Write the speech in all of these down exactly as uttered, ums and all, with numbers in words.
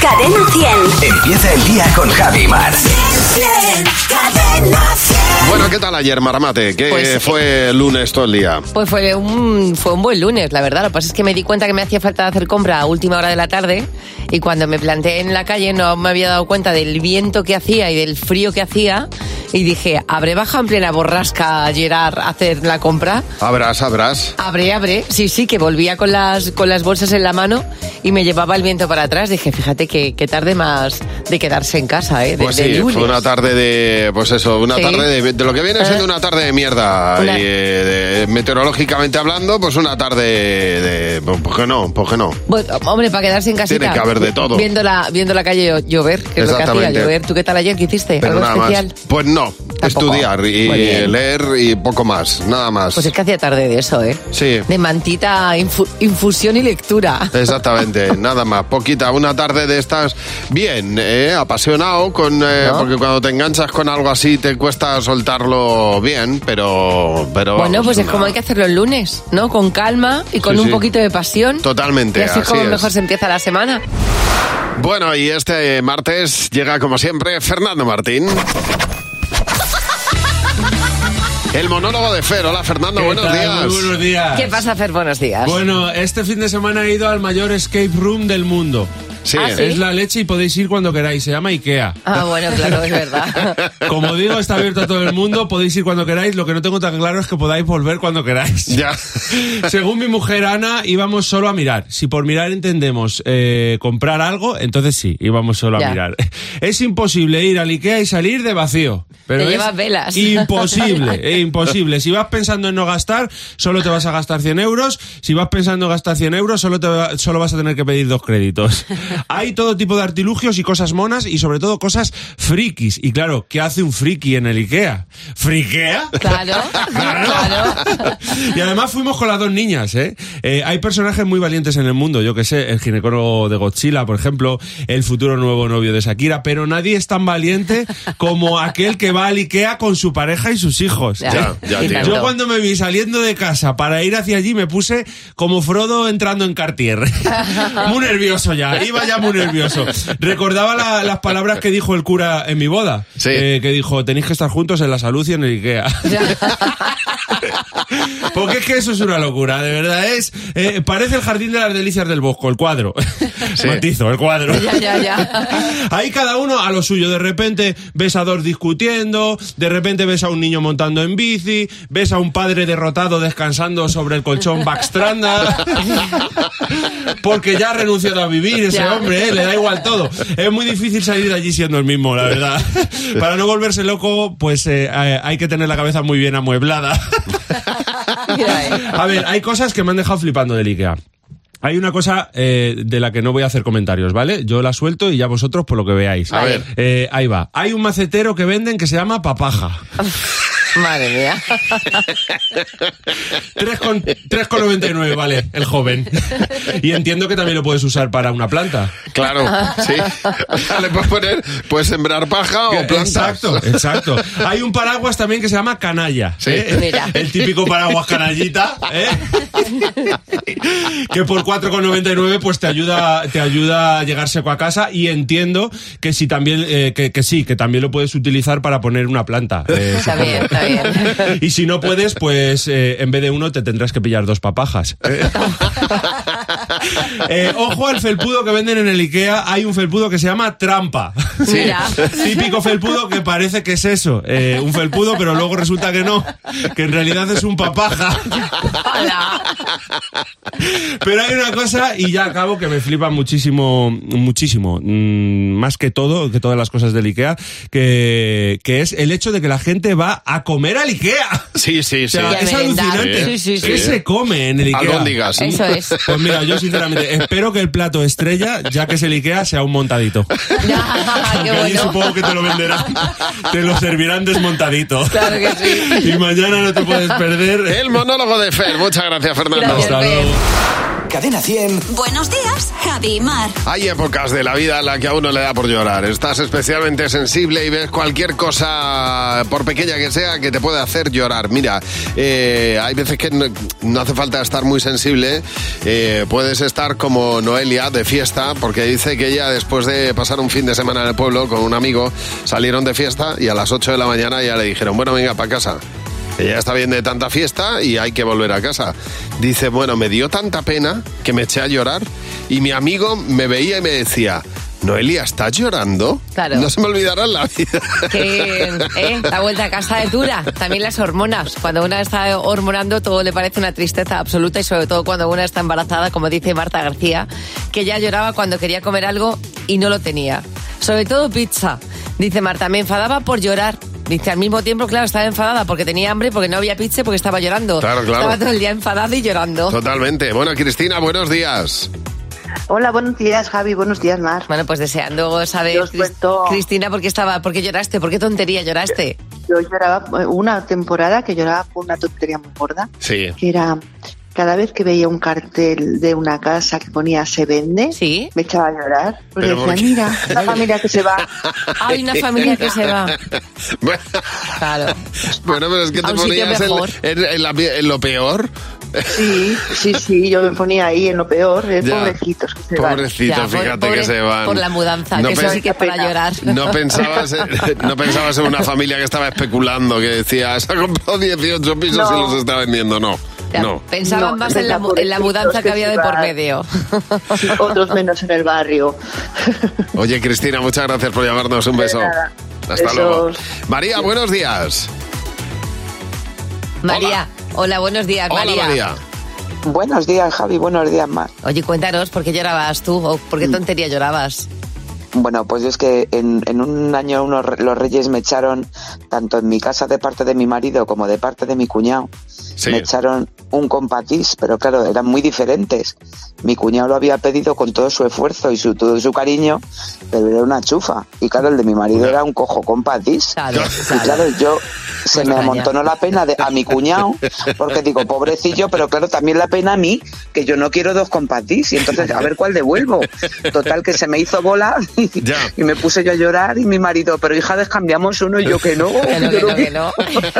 Cadena cien. Empieza el día con Javi Mar. Cadena cien. Bueno, ¿qué tal ayer, Maramate? ¿Qué Pues, fue el lunes todo el día? Pues fue un, fue un buen lunes, la verdad. Lo que pasa es que me di cuenta que me hacía falta hacer compra a última hora de la tarde y cuando me planté en la calle no me había dado cuenta del viento que hacía y del frío que hacía y dije, ¿habré bajado en plena borrasca Gerard a hacer la compra? Habrás, habrás. Abre, abre. Sí, sí, que volvía con las, con las bolsas en la mano y me llevaba el viento para atrás. Dije, fíjate que, que tarde más de quedarse en casa, ¿eh? De, Pues de sí, lunes. fue una tarde de, pues eso, una Sí. tarde de, de lo que viene siendo una tarde de mierda. Una- Y, eh, de- meteorológicamente hablando, pues una tarde de, pues que no, pues que no. Bueno, hombre, para quedarse en casita. Tiene que haber de todo. Viendo la, viendo la calle llover, que es lo que hacía, Exactamente. llover. ¿Tú qué tal ayer? ¿Qué hiciste? Pero ¿Algo nada especial? más. Pues no, estudiar y Muy bien. leer y poco más, nada más. Pues es que hacía tarde de eso, ¿eh? Sí. De mantita, infu- infusión y lectura. Exactamente, nada más, poquita, una tarde de estas, bien, eh, apasionado, con, eh, ¿No? porque cuando te enganchas con algo así te cuesta soltarlo bien, pero... pero Bueno, pues es una- como hay que hacerlo el lunes, ¿no? Con calma y con Sí, un sí. poquito de pasión. Totalmente, Y así es así como es. mejor se empieza la semana. Bueno, y este martes llega como siempre Fernando Martín. El monólogo de Fer. Hola, Fernando, ¿Qué buenos tal? días. Muy buenos días. ¿Qué pasa, Fer? Buenos días. Bueno, este fin de semana he ido al mayor escape room del mundo. Sí. Ah, ¿sí? Es la leche y podéis ir cuando queráis. Se llama IKEA. Ah, bueno, claro, es verdad. Como digo, está abierto a todo el mundo. Podéis ir cuando queráis. Lo que no tengo tan claro es que podáis volver cuando queráis. Ya. Según mi mujer Ana, íbamos solo a mirar. Si por mirar entendemos eh, comprar algo, entonces sí, íbamos solo Ya. a mirar. Es imposible ir al IKEA y salir de vacío. Pero Te es llevas velas. imposible, es imposible. Si vas pensando en no gastar, solo te vas a gastar cien euros. Si vas pensando en gastar cien euros, solo, te va- solo vas a tener que pedir dos créditos. Hay todo tipo de artilugios y cosas monas y sobre todo cosas frikis. Y claro, ¿qué hace un friki en el IKEA? ¿Friquea? Claro, claro. Y además fuimos con las dos niñas, ¿eh? Eh, hay personajes muy valientes en el mundo, yo que sé, el ginecólogo de Godzilla, por ejemplo, el futuro nuevo novio de Shakira, pero nadie es tan valiente como aquel que va al IKEA con su pareja y sus hijos. Ya, Ya, ya, y tío. tanto. Yo cuando me vi saliendo de casa para ir hacia allí me puse como Frodo entrando en Cartier. Muy nervioso ya, iba ya muy nervioso. Recordaba la- las palabras que dijo el cura en mi boda, Sí. eh, que dijo, tenéis que estar juntos en la salud y en el IKEA. Porque es que eso es una locura, de verdad es... eh, parece el Jardín de las Delicias del Bosco, el cuadro. Matizo, el cuadro. Ya, ya, ya. Ahí cada uno a lo suyo. De repente ves a dos discutiendo, de repente ves a un niño montando en bici, ves a un padre derrotado descansando sobre el colchón Backstranda, porque ya ha renunciado a vivir ese Ya. hombre, ¿eh? Le da igual todo. Es muy difícil salir de allí siendo el mismo, la verdad. Para no volverse loco, pues eh, eh, hay que tener la cabeza muy bien amueblada. Mira, eh. A ver, hay cosas que me han dejado flipando del IKEA. Hay una cosa eh, de la que no voy a hacer comentarios, ¿vale? Yo la suelto y ya vosotros por lo que veáis. A ver. Eh, ahí va. Hay un macetero que venden que se llama papaja. Madre mía. tres con noventa y nueve, vale, el joven. Y entiendo que también lo puedes usar para una planta. Claro, sí. Le puedes poner, puedes sembrar paja o plantas. Exacto, exacto. Hay un paraguas también que se llama canalla. Sí. ¿eh? Mira. El típico paraguas canallita, ¿eh? Que por cuatro con noventa y nueve pues te ayuda, te ayuda a llegar seco a casa. Y entiendo que si también, eh, que, que sí, que también lo puedes utilizar para poner una planta. eh, Está supongo. bien, está bien. Y si no puedes, pues eh, en vez de uno te tendrás que pillar dos papajas. Eh, eh, ojo al felpudo que venden en el IKEA. Hay un felpudo que se llama trampa. Mira. Típico felpudo que parece que es eso, eh, un felpudo, pero luego resulta que no, que en realidad es un papaja. Hola. Pero hay una cosa, y ya acabo, que me flipa muchísimo, muchísimo, mmm, más que todo, que todas las cosas del IKEA, que, que es el hecho de que la gente va a comer al IKEA. Sí, sí, O sí. sea, Ya es merendar. alucinante. Sí, sí, sí. ¿Qué se come en el IKEA? Albóndigas. Eso es. Pues mira, yo sinceramente espero que el plato estrella, ya que es el IKEA, sea un montadito. Ya, qué Que allí bueno. supongo que te lo venderán, te lo servirán desmontadito. Claro que sí. Y mañana no te puedes perder. El monólogo de Fer. Muchas gracias, Fernando. Gracias, Hasta Fer. luego. Cadena cien. Buenos días, Javi y Mar. Hay épocas de la vida en la que a uno le da por llorar. Estás especialmente sensible y ves cualquier cosa, por pequeña que sea, que te puede hacer llorar. Mira, eh, hay veces que no, no hace falta estar muy sensible. Eh, puedes estar como Noelia, de fiesta, porque dice que ella, después de pasar un fin de semana en el pueblo con un amigo, salieron de fiesta y a las ocho de la mañana ya le dijeron, bueno, venga, para casa. Ella está bien de tanta fiesta y hay que volver a casa. Dice, bueno, me dio tanta pena que me eché a llorar y mi amigo me veía y me decía, Noelia, ¿estás llorando? Claro. No se me olvidará en la vida. Que, eh, la vuelta a casa es dura. También las hormonas. Cuando una está hormonando, todo le parece una tristeza absoluta y sobre todo cuando una está embarazada, como dice Marta García, que ya lloraba cuando quería comer algo y no lo tenía. Sobre todo pizza. Dice Marta, me enfadaba por llorar. Dice, al mismo tiempo, claro, estaba enfadada porque tenía hambre, porque no había pizza, porque estaba llorando. Claro, claro. Estaba todo el día enfadada y llorando. Totalmente. Bueno, Cristina, buenos días. Hola, buenos días, Javi, buenos días, Mar. Bueno, pues deseando saber, Yo os cuento- Cristina, ¿por qué estaba, por qué lloraste? ¿Por qué tontería lloraste? Yo lloraba, una temporada que lloraba por una tontería muy gorda, Sí. que era cada vez que veía un cartel de una casa que ponía se vende, ¿Sí? me echaba a llorar, porque ¿Pero por decía, qué? mira, la familia que se va. Hay una familia que se va. Bueno, Claro. bueno, pero es que A te un sitio ponías en, mejor. en- en la- en lo peor. Sí, sí, sí, yo me ponía ahí en lo peor, eh, Ya. pobrecitos que se van. Pobrecitos, Ya, por- fíjate pobre- que se van. por la mudanza, que eso pens- sí que es para pena. llorar. No pensabas, en, no pensabas en una familia que estaba especulando, que decía, se ha comprado dieciocho pisos No. y los está vendiendo. No, Ya, no. Pensaban No, más en la, mu- en la pobrecitos mudanza que que había se de por van. medio. Otros menos en el barrio. Oye, Cristina, muchas gracias por llamarnos. Un De beso. nada. Hasta Besos. luego. María, buenos días. María, hola, buenos días, Hola, María. María. Buenos días, Javi. Buenos días, Mar. Oye, cuéntanos, ¿por qué llorabas tú? ¿O por qué Mm. tontería llorabas? Bueno, pues es que en, en un año unos, re- los reyes me echaron, tanto en mi casa de parte de mi marido como de parte de mi cuñado, Sí. me echaron un compatís, pero claro, eran muy diferentes. Mi cuñado lo había pedido con todo su esfuerzo y su, todo su cariño, pero era una chufa. Y claro, el de mi marido era un cojo compatís. Claro, Y claro, yo se me extraña. amontonó la pena de, a mi cuñado, porque digo, pobrecillo, pero claro, también la pena a mí, que yo no quiero dos compatís, y entonces a ver cuál devuelvo. Total, que se me hizo bola y, Ya. y me puse yo a llorar y mi marido, pero hija, descambiamos uno y yo que no. Que no, yo que no, no que no.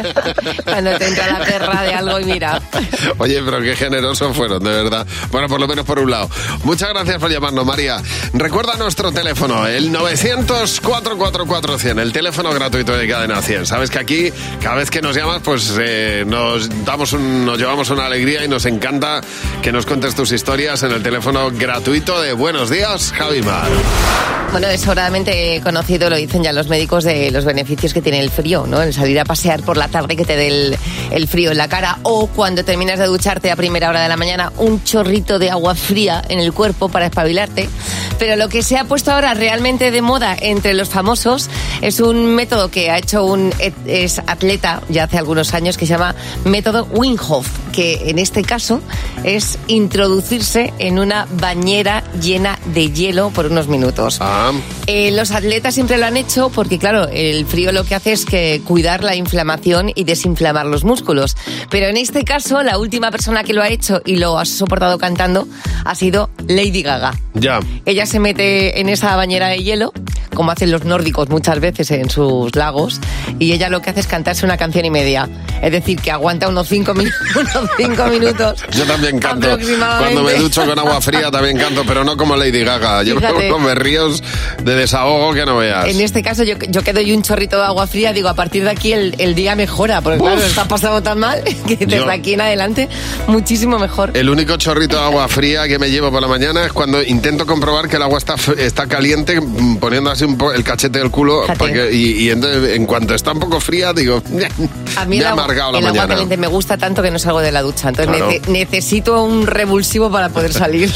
Cuando te entra la perra de algo y mira. Oye, pero qué generosos fueron, de verdad. Bueno, por lo menos por un lado. Muchas gracias por llamarnos, María. Recuerda nuestro teléfono, el novecientos, cuatrocientos cuarenta y cuatro cien, el teléfono gratuito de Cadena cien. Sabes que aquí, cada vez que nos llamas, pues eh, nos damos un, nos llevamos una alegría y nos encanta que nos cuentes tus historias en el teléfono gratuito de Buenos Días, Javi Mar. Bueno, es sobradamente conocido, lo dicen ya los médicos, de los beneficios que tiene el frío, ¿no? El salir a pasear por la tarde, que te dé el, el frío en la cara, o cuando terminas de ducharte a primera hora de la mañana, un chorrito de agua fría en el cuerpo para espabilarte. Pero lo que se ha puesto ahora realmente de moda entre los famosos es un método que ha hecho un es atleta ya hace algunos años, que se llama método Wim Hof, que en este caso es introducirse en una bañera llena de hielo por unos minutos. Ah, Eh, los atletas siempre lo han hecho porque, claro, el frío lo que hace es que cuidar la inflamación y desinflamar los músculos. Pero en este caso, la última persona que lo ha hecho y lo ha soportado cantando ha sido Lady Gaga. ya. Ella se mete en esa bañera de hielo, como hacen los nórdicos muchas veces en sus lagos, y ella lo que hace es cantarse una canción y media. Es decir, que aguanta unos cinco, minu- unos cinco minutos. Yo también canto. aproximadamente. Cuando me ducho con agua fría también canto, pero no como Lady Gaga. Yo Fíjate. me con ríos de desahogo que no veas. En este caso, yo, yo que doy un chorrito de agua fría, digo, a partir de aquí el, el día mejora, porque claro, Uf. está pasando tan mal que desde Yo- aquí en adelante, muchísimo mejor. El único chorrito de agua fría que me llevo por la mañana es cuando intento comprobar que el agua está, f- está caliente, mm, poniendo así un po- el cachete del culo. Fíjate. Porque- y y entonces, en cuanto está un poco fría, digo, A mí me el ha agua, amargado la el agua mañana. caliente me gusta tanto que no salgo de la ducha. Entonces Claro. nece- necesito un revulsivo para poder salir.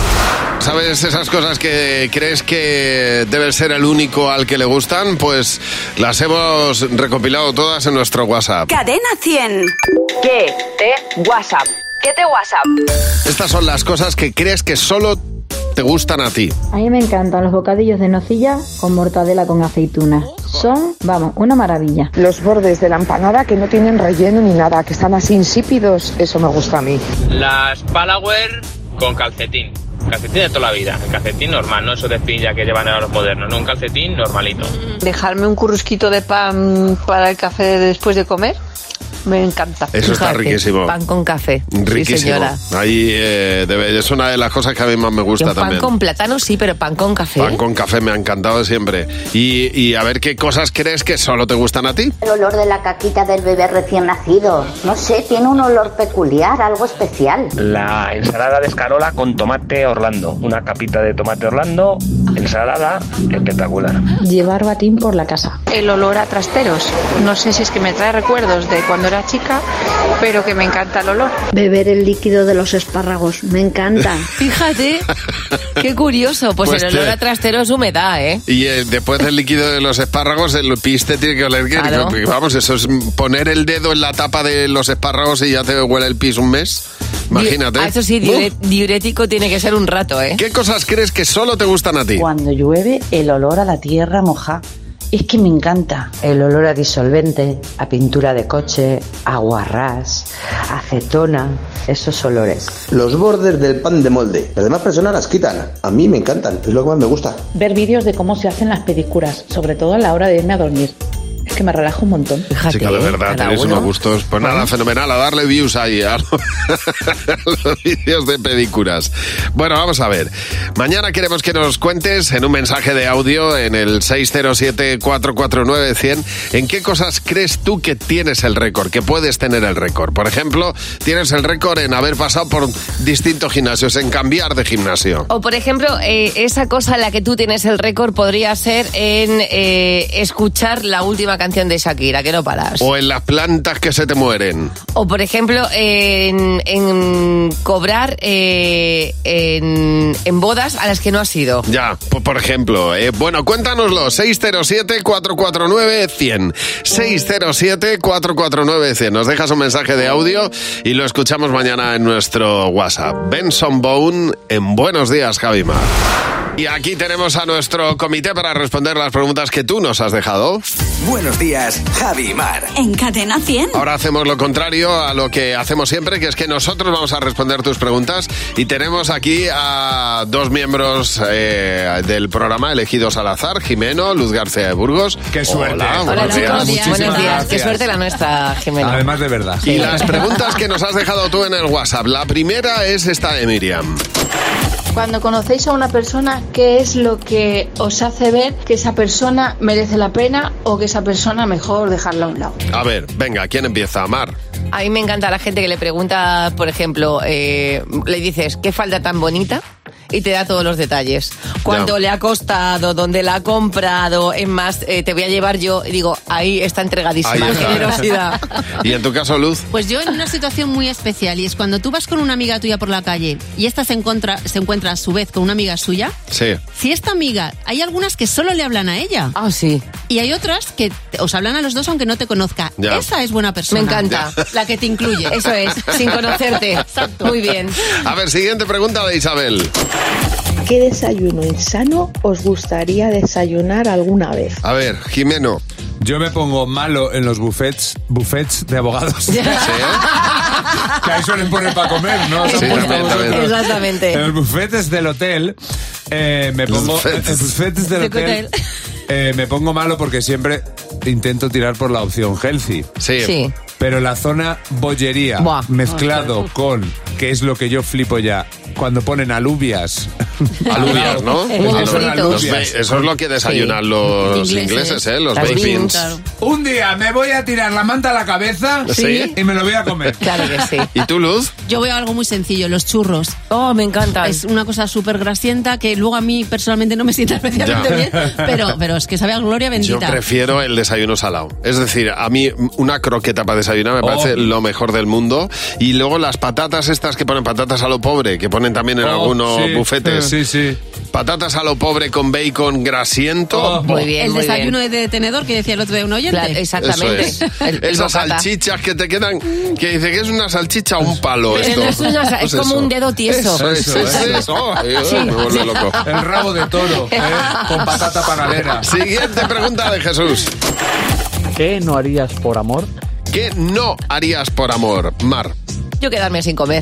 ¿Sabes esas cosas que crees que debes ser el único al que le gustan? Pues las hemos recopilado todas en nuestro WhatsApp. Cadena cien. ¿Qué te WhatsApp? ¿Qué te WhatsApp? Estas son las cosas que crees que solo te gustan a ti. A mí me encantan los bocadillos de nocilla con mortadela con aceituna. Son, vamos, una maravilla. Los bordes de la empanada que no tienen relleno ni nada, que están así insípidos, eso me gusta a mí. Las Palauer con calcetín. Calcetín de toda la vida, el calcetín normal, no esos de espinilla que llevan ahora los modernos, no, un calcetín normalito. Dejarme un currusquito de pan para el café después de comer, me encanta. Eso está Fíjate, riquísimo. Pan con café. Riquísimo. Sí, señora. Ahí eh, debe- es una de las cosas que a mí más me gusta Yo pan también. con plátano sí, pero pan con café. Pan con café me ha encantado siempre. Y, y a ver qué cosas crees que solo te gustan a ti. El olor de la caquita del bebé recién nacido. No sé, tiene un olor peculiar, algo especial. La ensalada de escarola con tomate Orlando, una capita de tomate Orlando, ensalada espectacular. Llevar batín por la casa. El olor a trasteros. No sé si es que me trae recuerdos de cuando era chica, pero que me encanta el olor. Beber el líquido de los espárragos, me encanta. Fíjate, qué curioso. Pues, Pues el olor te- a trastero es humedad, ¿eh? Y eh, después del líquido de los espárragos, el pis te tiene que oler. que- Claro. que- Vamos, eso es poner el dedo en la tapa de los espárragos y ya te huele el pis un mes. Imagínate. Ah, eso sí, diure- diurético tiene que ser un rato, ¿eh? ¿Qué cosas crees que solo te gustan a ti? Cuando llueve, el olor a la tierra moja. Es que me encanta. El olor a disolvente, a pintura de coche, a guarrás, acetona, esos olores. Los bordes del pan de molde. Las demás personas las quitan. A mí me encantan, es lo que más me gusta. Ver vídeos de cómo se hacen las pedicuras, sobre todo a la hora de irme a dormir. Es que me relaja un montón. Chica, de verdad, tenéis unos gustos. Pues nada, fenomenal, a darle views ahí a, lo- a los vídeos de pedicuras. Bueno, vamos a ver. Mañana queremos que nos cuentes en un mensaje de audio en el seis cero siete, cuatro cuatro nueve, cien en qué cosas crees tú que tienes el récord, que puedes tener el récord. Por ejemplo, tienes el récord en haber pasado por distintos gimnasios, en cambiar de gimnasio. O, por ejemplo, eh, esa cosa en la que tú tienes el récord podría ser en eh, escuchar la última canción de Shakira, que no paras. O en las plantas que se te mueren. O, por ejemplo, en, en cobrar eh, en, en bodas a las que no has ido. Ya, pues por ejemplo, eh, bueno, cuéntanoslo, seis cero siete, cuatro cuatro nueve, cien. seis cero siete, cuatro cuatro nueve, cien. Nos dejas un mensaje de audio y lo escuchamos mañana en nuestro WhatsApp. Benson Bone en Buenos Días, Javi Mar. Y aquí tenemos a nuestro comité para responder las preguntas que tú nos has dejado. Buenos días, Javi y Mar. En Cadena cien. Ahora hacemos lo contrario a lo que hacemos siempre, que es que nosotros vamos a responder tus preguntas y tenemos aquí a dos miembros eh, del programa elegidos al azar, Jimeno, Luz García de Burgos. Qué suerte. Hola, Hola, buenos Hola, días. chicos. Buenos días. Qué suerte la nuestra, Jimena. Además de verdad. Y las preguntas que nos has dejado tú en el WhatsApp. La primera es esta de Miriam. Cuando conocéis a una persona, ¿qué es lo que os hace ver que esa persona merece la pena o que esa persona mejor dejarla a un lado? A ver, venga, ¿quién empieza? Mar. A mí me encanta la gente que le pregunta, por ejemplo, eh, le dices, ¿qué falda tan bonita? Y te da todos los detalles. Cuánto Ya. le ha costado, dónde la ha comprado, es más, eh, te voy a llevar yo. Y digo, ahí está entregadísima. Ahí está. Generosidad. ¿Y en tu caso, Luz? Pues yo en una situación muy especial, y es cuando tú vas con una amiga tuya por la calle y esta se encuentra, se encuentra a su vez con una amiga suya. Sí. Si esta amiga, hay algunas que solo le hablan a ella. Ah, sí. Y hay otras que te- os hablan a los dos aunque no te conozca. Ya. Esa es buena persona. Me encanta. La que te incluye. Eso es, sin conocerte. Muy bien. A ver, siguiente pregunta de Isabel. ¿Qué desayuno insano os gustaría desayunar alguna vez? A ver, Jimeno. Yo me pongo malo en los buffets, buffets de abogados. ¿Sí? Que ahí suelen poner para comer, ¿no? ¿Os han Sí, puesto también, vosotros? también. Exactamente. En los buffetes del hotel eh, me Los pongo buffets. en los buffetes del De hotel hotel. eh, me pongo malo porque siempre intento tirar por la opción healthy. Sí. Sí. Pero la zona bollería Buah. mezclado con, que es lo que yo flipo ya, cuando ponen alubias. Alubias, ¿no? Huevos Eso, fritos. los ba- eso es lo que desayunan los Ingleses. ingleses, ¿eh? Los Las baked beans. beans. Claro. Un día me voy a tirar la manta a la cabeza Sí. y me lo voy a comer. Claro que sí. ¿Y tú, Luz? Yo veo algo muy sencillo, los churros. Oh, me encanta. Es una cosa súper grasienta que luego a mí personalmente no me sienta especialmente Ya. bien, pero, pero es que sabe a gloria Yo bendita. prefiero el desayuno salado. Es decir, a mí una croqueta para desayunar me Oh. parece lo mejor del mundo. Y luego las patatas estas que ponen patatas a lo pobre, que ponen también en Oh, algunos sí, bufetes. Sí, sí. Patatas a lo pobre con bacon grasiento. Oh. Muy bien, El muy desayuno bien. de tenedor que decía el otro día un oyente. Claro, Eso exactamente. es. El- el Esas bocata. salchichas que te quedan, que dice que es una salchicha o un palo Pero esto. no es una sa- es Pues como eso. un dedo tieso. Eso, es, Eso, eso, eso. eso. Ay, Sí, me vuelve sí. loco. El rabo de toro, ¿eh? Con patata panadera. Siguiente pregunta de Jesús. ¿Qué no harías por amor? ¿Qué no harías por amor, Mar? Yo quedarme sin comer.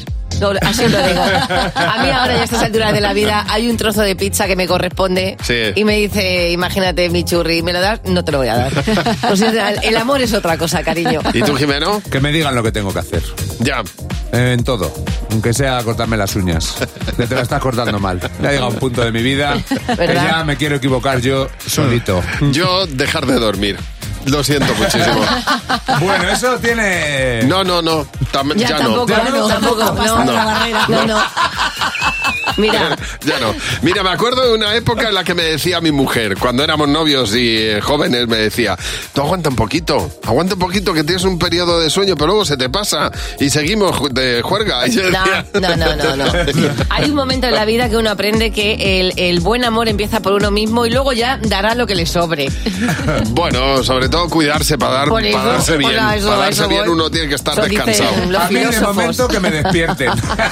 So- Así lo digo. A mí ahora, ya a estas alturas de la vida, hay un trozo de pizza que me corresponde Sí. y me dice, imagínate, mi churri, ¿me lo das? No te lo voy a dar. O sea, el amor es otra cosa, cariño. ¿Y tú, Jimeno? Que me digan lo que tengo que hacer. Ya. Eh, en todo. Aunque sea cortarme las uñas. Que te la estás cortando mal. Ya ha llegado un punto de mi vida que ¿Verdad? ya me quiero equivocar yo solito. Yo dejar de dormir. Lo siento muchísimo. Bueno, eso tiene... No, no, no. Tam- ya, Ya, no. tampoco, ya no, tampoco. No, No. la barrera. No, no. Mira, Ya no. Mira, me acuerdo de una época en la que me decía mi mujer, cuando éramos novios y eh, jóvenes, me decía, tú aguanta un poquito, aguanta un poquito que tienes un periodo de sueño, pero luego se te pasa y seguimos ju- de juerga. Y yo decía, no, no, no, no. Hay un momento en la vida que uno aprende que el, el buen amor empieza por uno mismo y luego ya dará lo que le sobre. Bueno, sobre todo cuidarse para, dar, Por eso, para darse bien. hola, eso, para darse eso bien voy. uno tiene que estar Eso dicen descansado. los A mí de filósofos. momento que me despierten.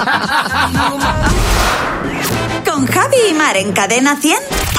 Con Javi y Mar en Cadena cien.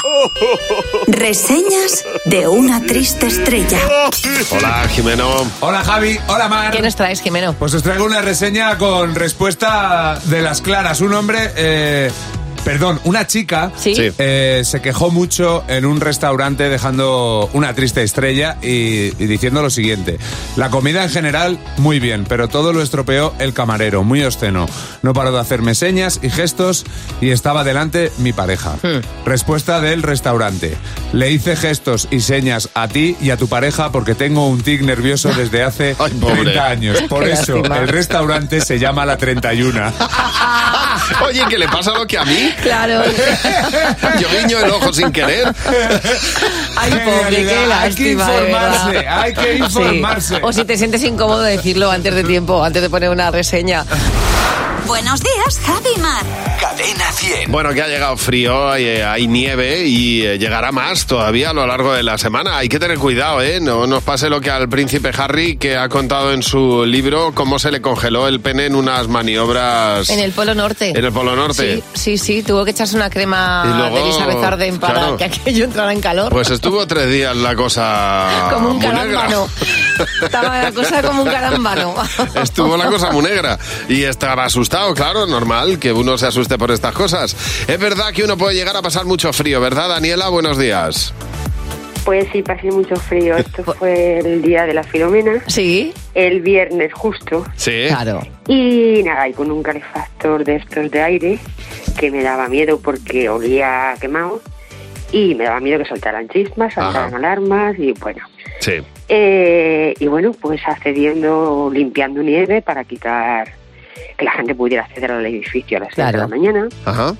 Reseñas de una triste estrella. Hola, Jimeno. Hola, Javi. Hola, Mar. ¿Qué nos traes, Jimeno? Pues os traigo una reseña con respuesta de las claras. Un hombre... Eh, Perdón, una chica ¿Sí? Sí. eh, se quejó mucho en un restaurante dejando una triste estrella y, y diciendo lo siguiente. La comida en general, muy bien, pero todo lo estropeó el camarero, muy obsceno. No paró de hacerme señas y gestos y estaba delante mi pareja. Hmm. Respuesta del restaurante. Le hice gestos y señas a ti y a tu pareja porque tengo un tic nervioso desde hace Ay, pobre. treinta años. Por Qué eso, lástima. el restaurante se llama La treinta y una. Oye, ¿qué le pasa lo que a mí? Claro. Yo guiño el ojo sin querer. Ay, En pobre, qué realidad, hay que lástima, de informarse, verdad. hay que informarse. Sí. O si te sientes incómodo, decirlo antes de tiempo, antes de poner una reseña. Buenos días, Javi y Mar. Cadena cien. Bueno, que ha llegado frío, hay, eh, hay nieve y eh, llegará más todavía a lo largo de la semana. Hay que tener cuidado, ¿eh? No nos pase lo que al príncipe Harry, que ha contado en su libro cómo se le congeló el pene en unas maniobras... En el Polo Norte. En el Polo Norte. Sí, sí, sí, tuvo que echarse una crema Y luego, de Elizabeth Arden para claro. que aquello entrara en calor. Pues estuvo tres días la cosa como un muy negra. carámbano. Estaba la cosa como un carámbano. Estuvo la cosa muy negra y estaba asustado, claro, normal que uno se asuste por estas cosas. Es verdad que uno puede llegar a pasar mucho frío, ¿verdad, Daniela? Buenos días. Pues sí, pasé mucho frío. Esto fue el día de la Filomena. Sí. El viernes justo. Sí. Claro. Y nada, y con un calefactor de estos de aire que me daba miedo porque olía quemado y me daba miedo que saltaran chispas, saltaran Ajá. alarmas y bueno. Sí. Eh, y bueno, pues accediendo, limpiando nieve para quitar que la gente pudiera acceder al edificio a las seis de la mañana. Ajá.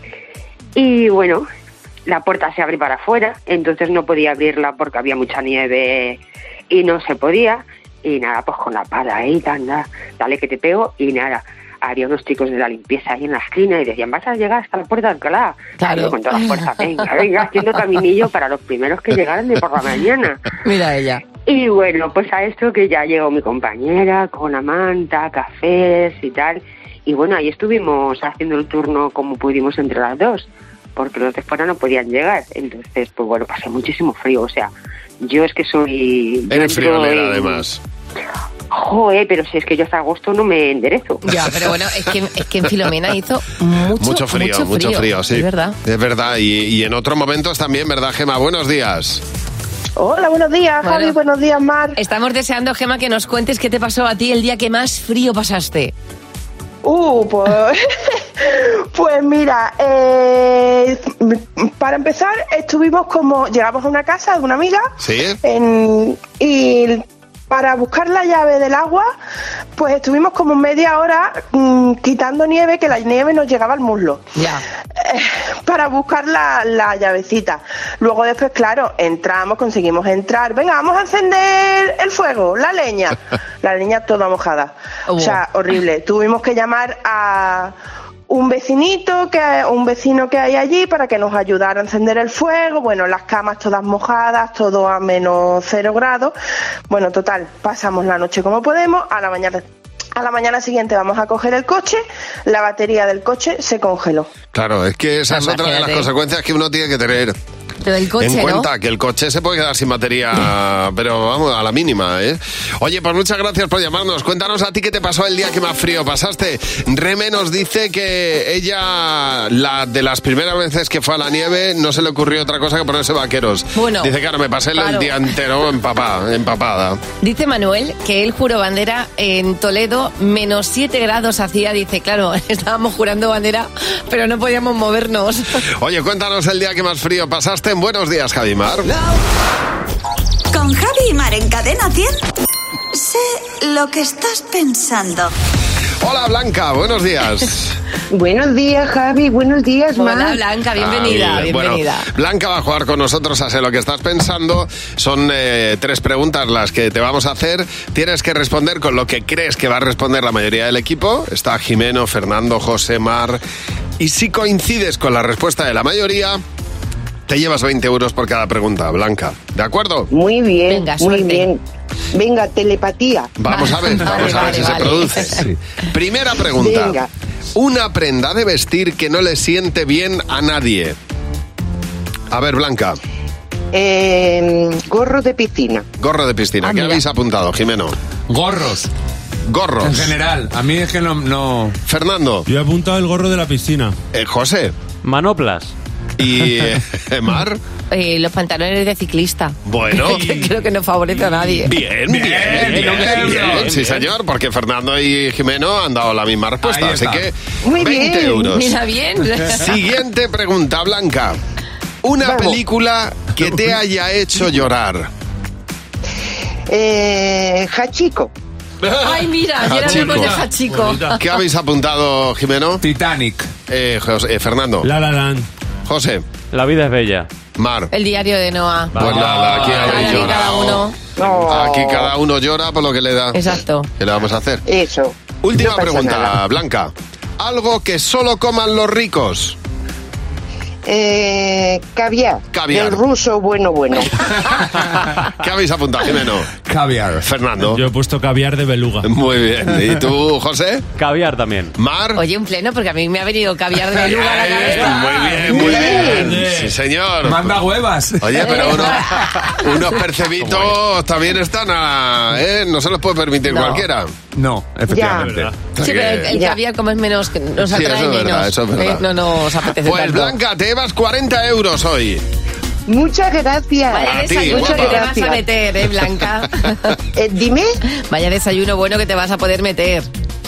Y bueno, la puerta se abre para afuera, entonces no podía abrirla porque había mucha nieve y no se podía. Y nada, pues con la pala ahí, anda, dale que te pego. Y nada, había unos chicos de la limpieza ahí en la esquina y decían, vas a llegar hasta la puerta de Alcalá. Claro. Y yo con toda la fuerza, venga, venga, haciendo caminillo para los primeros que llegaran de por la mañana. Mira ella. Y bueno, pues a esto que ya llegó mi compañera con la manta, cafés y tal. Y bueno, ahí estuvimos haciendo el turno como pudimos entre las dos, porque los de fuera no podían llegar. Entonces, pues bueno, pasé muchísimo frío. O sea, yo es que soy... yo Eres entro friolera, en- además. Joder, pero si es que yo hasta agosto no me enderezo. Ya, pero bueno, es que, es que en Filomena hizo mucho, Mucho frío, mucho frío, sí. Es verdad. Es verdad. Y, y en otros momentos también, ¿verdad, Gema? Buenos días. Hola, buenos días, Bueno. Javi, buenos días, Mar. Estamos deseando, Gema, que nos cuentes qué te pasó a ti el día que más frío pasaste. Uh, pues, pues mira, eh, para empezar estuvimos como, llegamos a una casa de una amiga Sí. en, y para buscar la llave del agua, pues estuvimos como media hora mmm, quitando nieve, que la nieve nos llegaba al muslo. Ya. Eh, para buscar la, la llavecita. Luego después, claro, entramos, conseguimos entrar. Venga, vamos a encender el fuego, la leña. La leña toda mojada. Oh. O sea, horrible. Tuvimos que llamar a un vecinito, que un vecino que hay allí para que nos ayudara a encender el fuego. Bueno, las camas todas mojadas, todo a menos cero grados. Bueno, total, pasamos la noche como podemos. A la mañana A la mañana siguiente vamos a coger el coche, la batería del coche se congeló. Claro, es que esa es otra de las Imagínate. consecuencias que uno tiene que tener. Pero el coche, en ¿no? cuenta que el coche se puede quedar sin batería, pero vamos, a la mínima, ¿eh? Oye, pues muchas gracias por llamarnos. Cuéntanos a ti qué te pasó el día que más frío pasaste. Reme nos dice que ella, la de las primeras veces que fue a la nieve, no se le ocurrió otra cosa que ponerse vaqueros. Bueno, dice, claro, me pasé el claro. día entero empapada, empapada. Dice Manuel que él juró bandera en Toledo, menos siete grados hacía. Dice, claro, estábamos jurando bandera, pero no podíamos movernos. Oye, cuéntanos el día que más frío pasaste en Buenos Días, Javi Mar. Con Javi y Mar en Cadena cien, sé lo que estás pensando. Hola, Blanca, buenos días. Buenos días, Javi, buenos días, Mar. Hola, Blanca, bienvenida, Ah, bien. bienvenida. Bueno, Blanca va a jugar con nosotros a Sé lo que estás pensando. Son eh, tres preguntas las que te vamos a hacer. Tienes que responder con lo que crees que va a responder la mayoría del equipo. Está Jimeno, Fernando, José, Mar. Y si coincides con la respuesta de la mayoría, te llevas veinte euros por cada pregunta, Blanca. ¿De acuerdo? Muy bien, Venga, muy suerte. bien. Venga, telepatía. Vamos a ver, vamos Vale, a ver vale, si vale. se produce. Sí. Primera pregunta. Venga. Una prenda de vestir que no le siente bien a nadie. A ver, Blanca. Eh, gorro de piscina. Gorro de piscina. Ah, ¿Qué mira. habéis apuntado, Jimeno? Gorros. Gorros. En general. A mí es que no... no... Fernando. Yo he apuntado el gorro de la piscina. Eh, José. Manoplas. Y eh, Mar. Eh, los pantalones de ciclista. Bueno. Que creo que no favorece a nadie. Bien, bien, bien, bien, bien. Sí, señor, porque Fernando y Jimeno han dado la misma respuesta. Ahí Así está. que Muy veinte bien. euros. Mira bien. Siguiente pregunta, Blanca. Una Vamos. película que te haya hecho llorar. Eh, Hachiko. Ay, mira, yo era Hachiko. muy de Hachiko. ¿Qué habéis apuntado, Jimeno? Titanic. Eh, José- eh, Fernando. La La Land. José. La vida es bella. Mar. El diario de Noah. Pues nada, aquí habéis Aquí cada llorado. uno. No. Aquí cada uno llora por lo que le da. Exacto. ¿Qué le vamos a hacer? Eso. Última No pasa pregunta, nada. Blanca. Algo que solo coman los ricos. Eh, caviar. Caviar. El ruso, bueno, bueno. ¿Qué habéis apuntado, Jimeno? Caviar. Fernando. Yo he puesto caviar de beluga. Muy bien. ¿Y tú, José? Caviar también. Mar. Oye, un pleno, porque a mí me ha venido caviar de beluga a la cabeza. Muy bien, muy bien. Sí, señor. Manda huevas. Oye, pero unos, unos percebitos también están a... ¿eh? No se los puede permitir No. cualquiera. No, efectivamente. O sea Sí, pero el, que- el caviar como es menos, que nos Sí, atrae eso es menos. verdad, eso es verdad. Eh, No nos apetece Pues tanto. Blanca, te llevas cuarenta euros hoy. Muchas gracias. Vaya A ti, desayuno guapa. que te vas a Gracias. meter, ¿eh, Blanca? Eh, dime Vaya desayuno bueno que te vas a poder meter.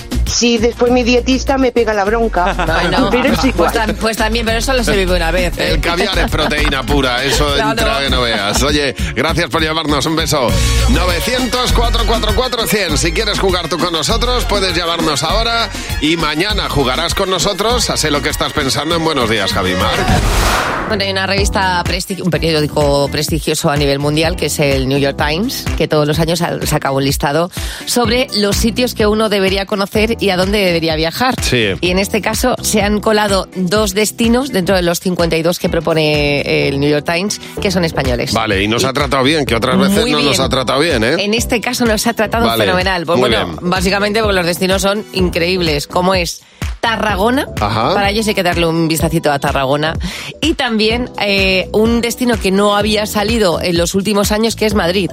si después mi dietista me pega la bronca. Bueno, Pero es igual. pues, tam- pues también, pero eso lo se vive una vez. ¿eh? El caviar es proteína pura, eso Claro. entra que no veas. Oye, gracias por llamarnos, un beso. novecientos, cuatrocientos cuarenta y cuatro, cien. Si quieres jugar tú con nosotros, puedes llamarnos ahora y mañana jugarás con nosotros. A Sé lo que estás pensando en Buenos Días, Javi Mar. Bueno, hay una revista, presti- un periódico prestigioso a nivel mundial, que es el New York Times, que todos los años ha- saca un listado sobre los sitios que uno debería conocer y a dónde debería viajar. Sí. Y en este caso se han colado dos destinos dentro de los cincuenta y dos que propone el New York Times, que son españoles. Vale, y nos Y- ha tratado bien, que otras veces Muy no nos bien. ha tratado bien, ¿eh? En este caso nos ha tratado Vale, fenomenal. Pues muy bueno, bien. básicamente porque los destinos son increíbles, como es Tarragona. Ajá. Para ellos hay que darle un vistacito a Tarragona. Y también eh, un destino que no había salido en los últimos años, que es Madrid.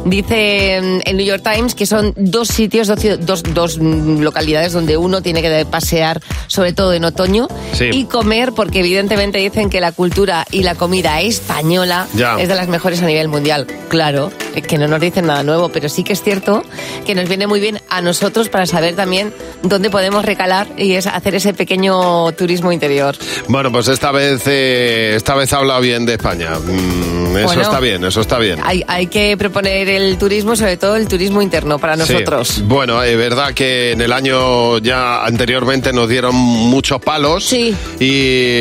Dice mm, el New York Times que son dos sitios, dos, ci- dos, dos mm, localidades donde uno tiene que pasear, sobre todo en otoño, Sí. y comer, porque evidentemente dicen que la cultura y la comida española Ya. es de las mejores a nivel mundial. Claro, es que no nos dicen nada nuevo, pero sí que es cierto que nos viene muy bien a nosotros para saber también dónde podemos recalar y es hacer ese pequeño turismo interior. Bueno, pues esta vez eh, esta vez ha hablado bien de España. Mm, eso Bueno. está bien, eso está bien. Hay, hay que proponer el turismo, sobre todo el turismo interno para nosotros. Sí. Bueno, es verdad que en el año ya anteriormente nos dieron muchos palos. Sí.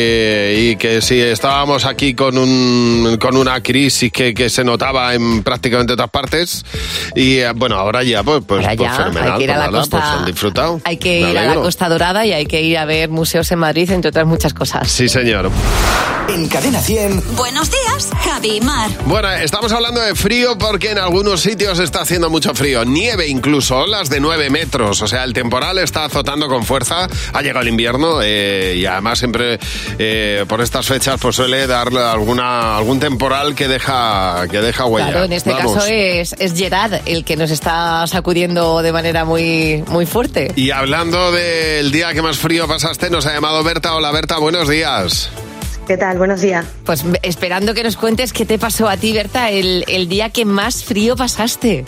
Y, y que si estábamos aquí con un con una crisis que, que se notaba en prácticamente prácticamente todas partes. Y eh, bueno, ahora ya, pues, pues, Ahora pues ya, fenomenal. hay que ir a pues la nada, costa. pues han disfrutado. Hay que Me ir a la alegro. Costa Dorada y hay que ir a ver museos en Madrid, entre otras muchas cosas. Sí, señor. En Cadena cien. Buenos días, Javi y Mar. Bueno, estamos hablando de frío porque en algunos sitios está haciendo mucho frío. Nieve incluso, olas de nueve metros. O sea, el temporal está azotando con fuerza. Ha llegado el invierno eh, y además siempre eh, por estas fechas pues suele dar alguna, algún temporal que deja, que deja huella. Claro, en este Vamos. caso es, es Gerard el que nos está sacudiendo de manera muy, muy fuerte. Y hablando del día que más frío pasaste, nos ha llamado Berta. Hola Berta, buenos días. ¿Qué tal? Buenos días. Pues esperando que nos cuentes qué te pasó a ti, Berta, el, el día que más frío pasaste.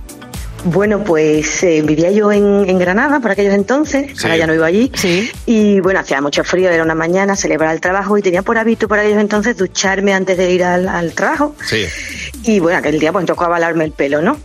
Bueno, pues eh, vivía yo en, en Granada por aquellos entonces, Sí. ahora ya no vivo allí, Sí. y bueno, hacía mucho frío, era una mañana, celebraba el trabajo y tenía por hábito por aquellos entonces ducharme antes de ir al, al trabajo. Sí. Y bueno, aquel día pues tocaba lavarme el pelo, ¿no?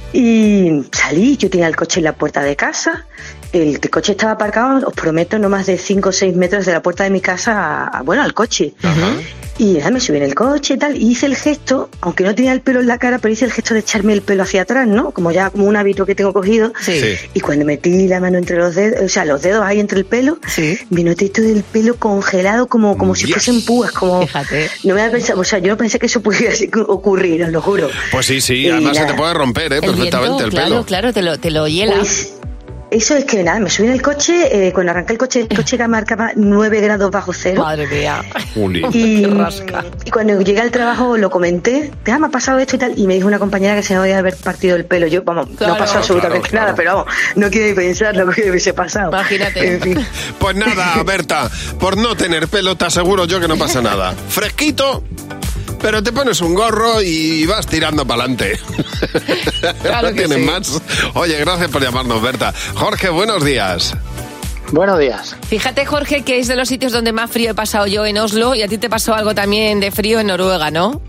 Y salí, yo tenía el coche en la puerta de casa, el coche estaba aparcado, os prometo, no más de cinco o seis metros de la puerta de mi casa, a, a, bueno, al coche. Y ya me subí en el coche y tal, y hice el gesto, aunque no tenía el pelo en la cara, pero hice el gesto de echarme el pelo hacia atrás, ¿no? Como ya como un hábito que tengo cogido. Sí. Sí. Y cuando metí la mano entre los dedos, o sea, los dedos ahí entre el pelo, Sí. me noté todo el pelo congelado como, como si Yes. fuesen púas, como... Fíjate. No me había pensado, o sea, yo no pensé que eso pudiera así ocurrir, os lo juro. Pues sí, sí, Y además se nada. te puede romper, ¿eh? El Perfectamente viento, el claro, pelo. claro, te lo, te lo hiela. Pues, eso es que nada, me subí en el coche, eh, cuando arranqué el coche, el coche que marcaba nueve grados bajo cero. Madre mía. Juli. Y, Qué rasca. y cuando llegué al trabajo lo comenté, te me ha pasado esto y tal, y me dijo una compañera que se me había haber partido el pelo. Yo, vamos, Claro. no pasó absolutamente Claro, nada, pero vamos, no quiero ni pensar lo que hubiese pasado. Imagínate. En fin. Pues nada, Berta, por no tener pelo te aseguro yo que no pasa nada. Fresquito, pero te pones un gorro y vas tirando para adelante. Claro No que tienes sí. más. Oye, gracias por llamarnos, Berta. Jorge, buenos días. Buenos días. Fíjate, Jorge, que es de los sitios donde más frío he pasado yo en Oslo y a ti te pasó algo también de frío en Noruega, ¿no?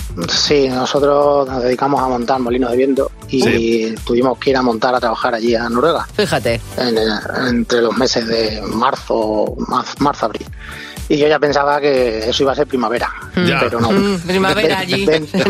Sí, nosotros nos dedicamos a montar molinos de viento y Sí. tuvimos que ir a montar a trabajar allí a Noruega Fíjate. en- entre los meses de marzo, marzo, marzo, abril. Y yo ya pensaba que eso iba a ser primavera, Ya. pero no. Mm, primavera allí. veinte,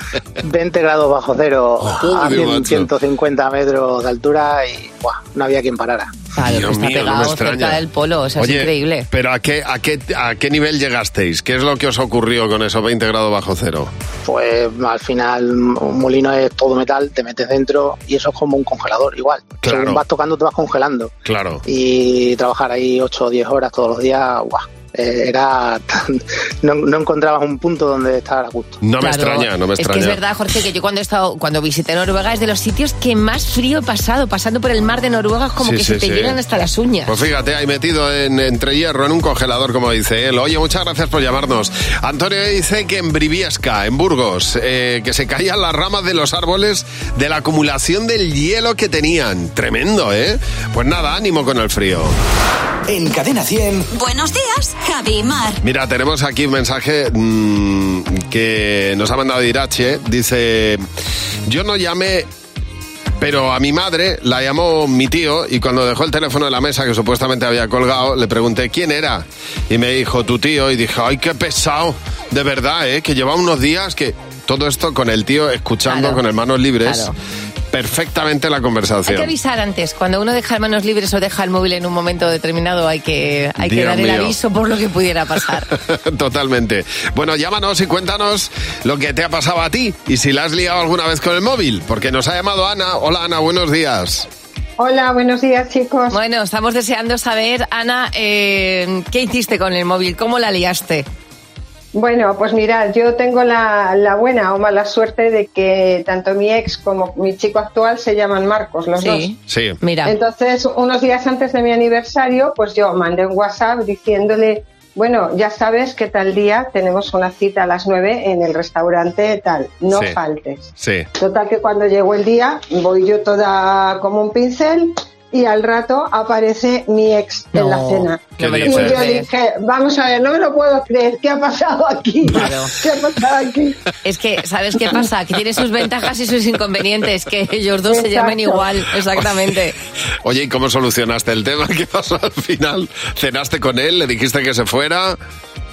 veinte grados bajo cero, Joder, a cien, macho. ciento cincuenta metros de altura y ¡buah! No había quien parara. Claro, Dios que está mío, no me pegado extraña. cerca del polo, o sea, Oye, es increíble. pero ¿a qué, a, qué, ¿a qué nivel llegasteis? ¿Qué es lo que os ocurrió con esos veinte grados bajo cero? Pues al final un molino es todo metal, te metes dentro y eso es como un congelador igual. Claro. Según vas tocando te vas congelando. Claro. Y trabajar ahí ocho o diez horas todos los días, ¡guau! Eh, era no, no encontrabas un punto donde estar a gusto. No me Claro, extraña, no me es extraña. que es verdad, Jorge, que yo cuando he estado, cuando visité Noruega es de los sitios que más frío he pasado, pasando por el mar de Noruega, como Sí, que sí, se te sí. llegan hasta las uñas. Pues fíjate, ahí metido en, entre hierro, en un congelador, como dice él. Oye, muchas gracias por llamarnos. Antonio dice que en Briviesca, en Burgos, eh, que se caían las ramas de los árboles de la acumulación del hielo que tenían. Tremendo, ¿eh? Pues nada, ánimo con el frío. En Cadena cien. Buenos días, Javi y Mar. Mira, tenemos aquí un mensaje mmm, que nos ha mandado Irache. Dice, yo no llamé, pero a mi madre la llamó mi tío y cuando dejó el teléfono en la mesa, que supuestamente había colgado, le pregunté quién era. Y me dijo, tu tío. Y dije, ay, qué pesado. De verdad, ¿eh? Que lleva unos días que... Todo esto con el tío escuchando Claro. con el manos libres Claro. perfectamente la Hay conversación. que avisar antes, cuando uno deja manos libres o deja el móvil en un momento determinado, hay que, hay que Dios dar el mío. aviso por lo que pudiera pasar. Totalmente. Bueno, llámanos y cuéntanos lo que te ha pasado a ti y si la has liado alguna vez con el móvil, porque nos ha llamado Ana. Hola Ana, buenos días. Hola, buenos días, chicos. Bueno, estamos deseando saber, Ana, eh, ¿qué hiciste con el móvil? ¿Cómo la liaste? Bueno, pues mirad, yo tengo la, la buena o mala suerte de que tanto mi ex como mi chico actual se llaman Marcos, los dos. Sí. Mira. Entonces, unos días antes de mi aniversario, pues yo mandé un WhatsApp diciéndole, bueno, ya sabes que tal día tenemos una cita a las nueve en el restaurante tal, no Sí. faltes. Sí. Total que cuando llegó el día, voy yo toda como un pincel y al rato aparece mi ex en la cena. ¿Qué Y dices? yo dije, vamos a ver, no me lo puedo creer, ¿qué ha pasado aquí? Claro. ¿Qué ha pasado aquí? Es que, ¿sabes qué pasa? Que tiene sus ventajas y sus inconvenientes, que ellos dos se Exacto. llamen igual, exactamente. Oye, ¿y cómo solucionaste el tema? ¿Qué pasó al final? ¿Cenaste con él? ¿Le dijiste que se fuera?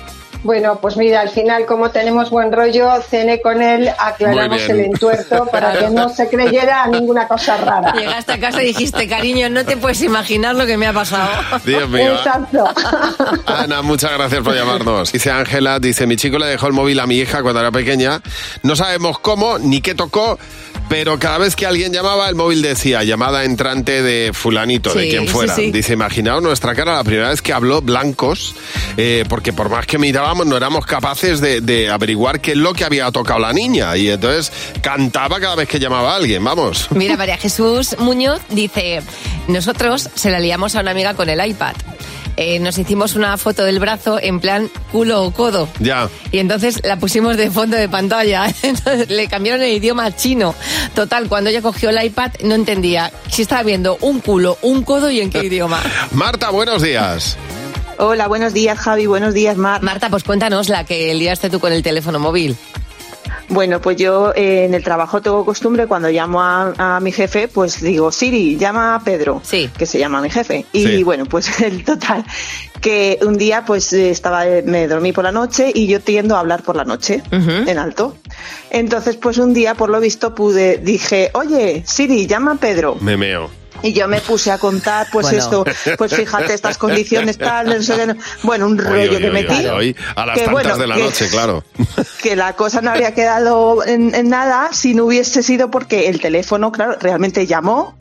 Bueno, pues mira, al final, como tenemos buen rollo, cené con él, aclaramos el entuerto para que no se creyera ninguna cosa rara. Llegaste a casa y dijiste, cariño, no te puedes imaginar lo que me ha pasado. Dios mío. Exacto. Ana, muchas gracias por llamarnos. Dice Ángela, dice, mi chico le dejó el móvil a mi hija cuando era pequeña. No sabemos cómo ni qué tocó, pero cada vez que alguien llamaba, el móvil decía, llamada entrante de fulanito, Sí, de quien fuera. sí, sí. Dice, imaginaos nuestra cara la primera vez que habló blancos, eh, porque por más que mirábamos, no éramos capaces de, de averiguar qué es lo que había tocado la niña. Y entonces cantaba cada vez que llamaba a alguien, vamos. Mira, María Jesús Muñoz dice, nosotros se la liamos a una amiga con el iPad. Eh, nos hicimos una foto del brazo en plan culo o codo. Ya. Y entonces la pusimos de fondo de pantalla. Entonces le cambiaron el idioma chino. Total, cuando ella cogió el iPad no entendía si estaba viendo un culo, un codo y en qué idioma. Marta, buenos días. Hola, buenos días, Javi. Buenos días, Mar. Marta, pues cuéntanos la que liaste tú con el teléfono móvil. Bueno, pues yo eh, en el trabajo tengo costumbre, cuando llamo a, a mi jefe, pues digo, Siri, llama a Pedro, sí. que se llama mi jefe. Y Sí. bueno, pues el total, que un día pues eh, estaba, me dormí por la noche y yo tiendo a hablar por la noche, uh-huh. en alto. Entonces, pues un día, por lo visto, pude, dije, oye, Siri, llama a Pedro. Me meo. Y yo me puse a contar, pues Bueno. esto, pues fíjate, estas condiciones, tal, no sé qué, bueno, un rollo Oye, oye, que metí. oye, oye, a las que, tantas bueno, de la que- noche, claro. que la cosa no habría quedado en, en nada si no hubiese sido porque el teléfono, claro, realmente llamó.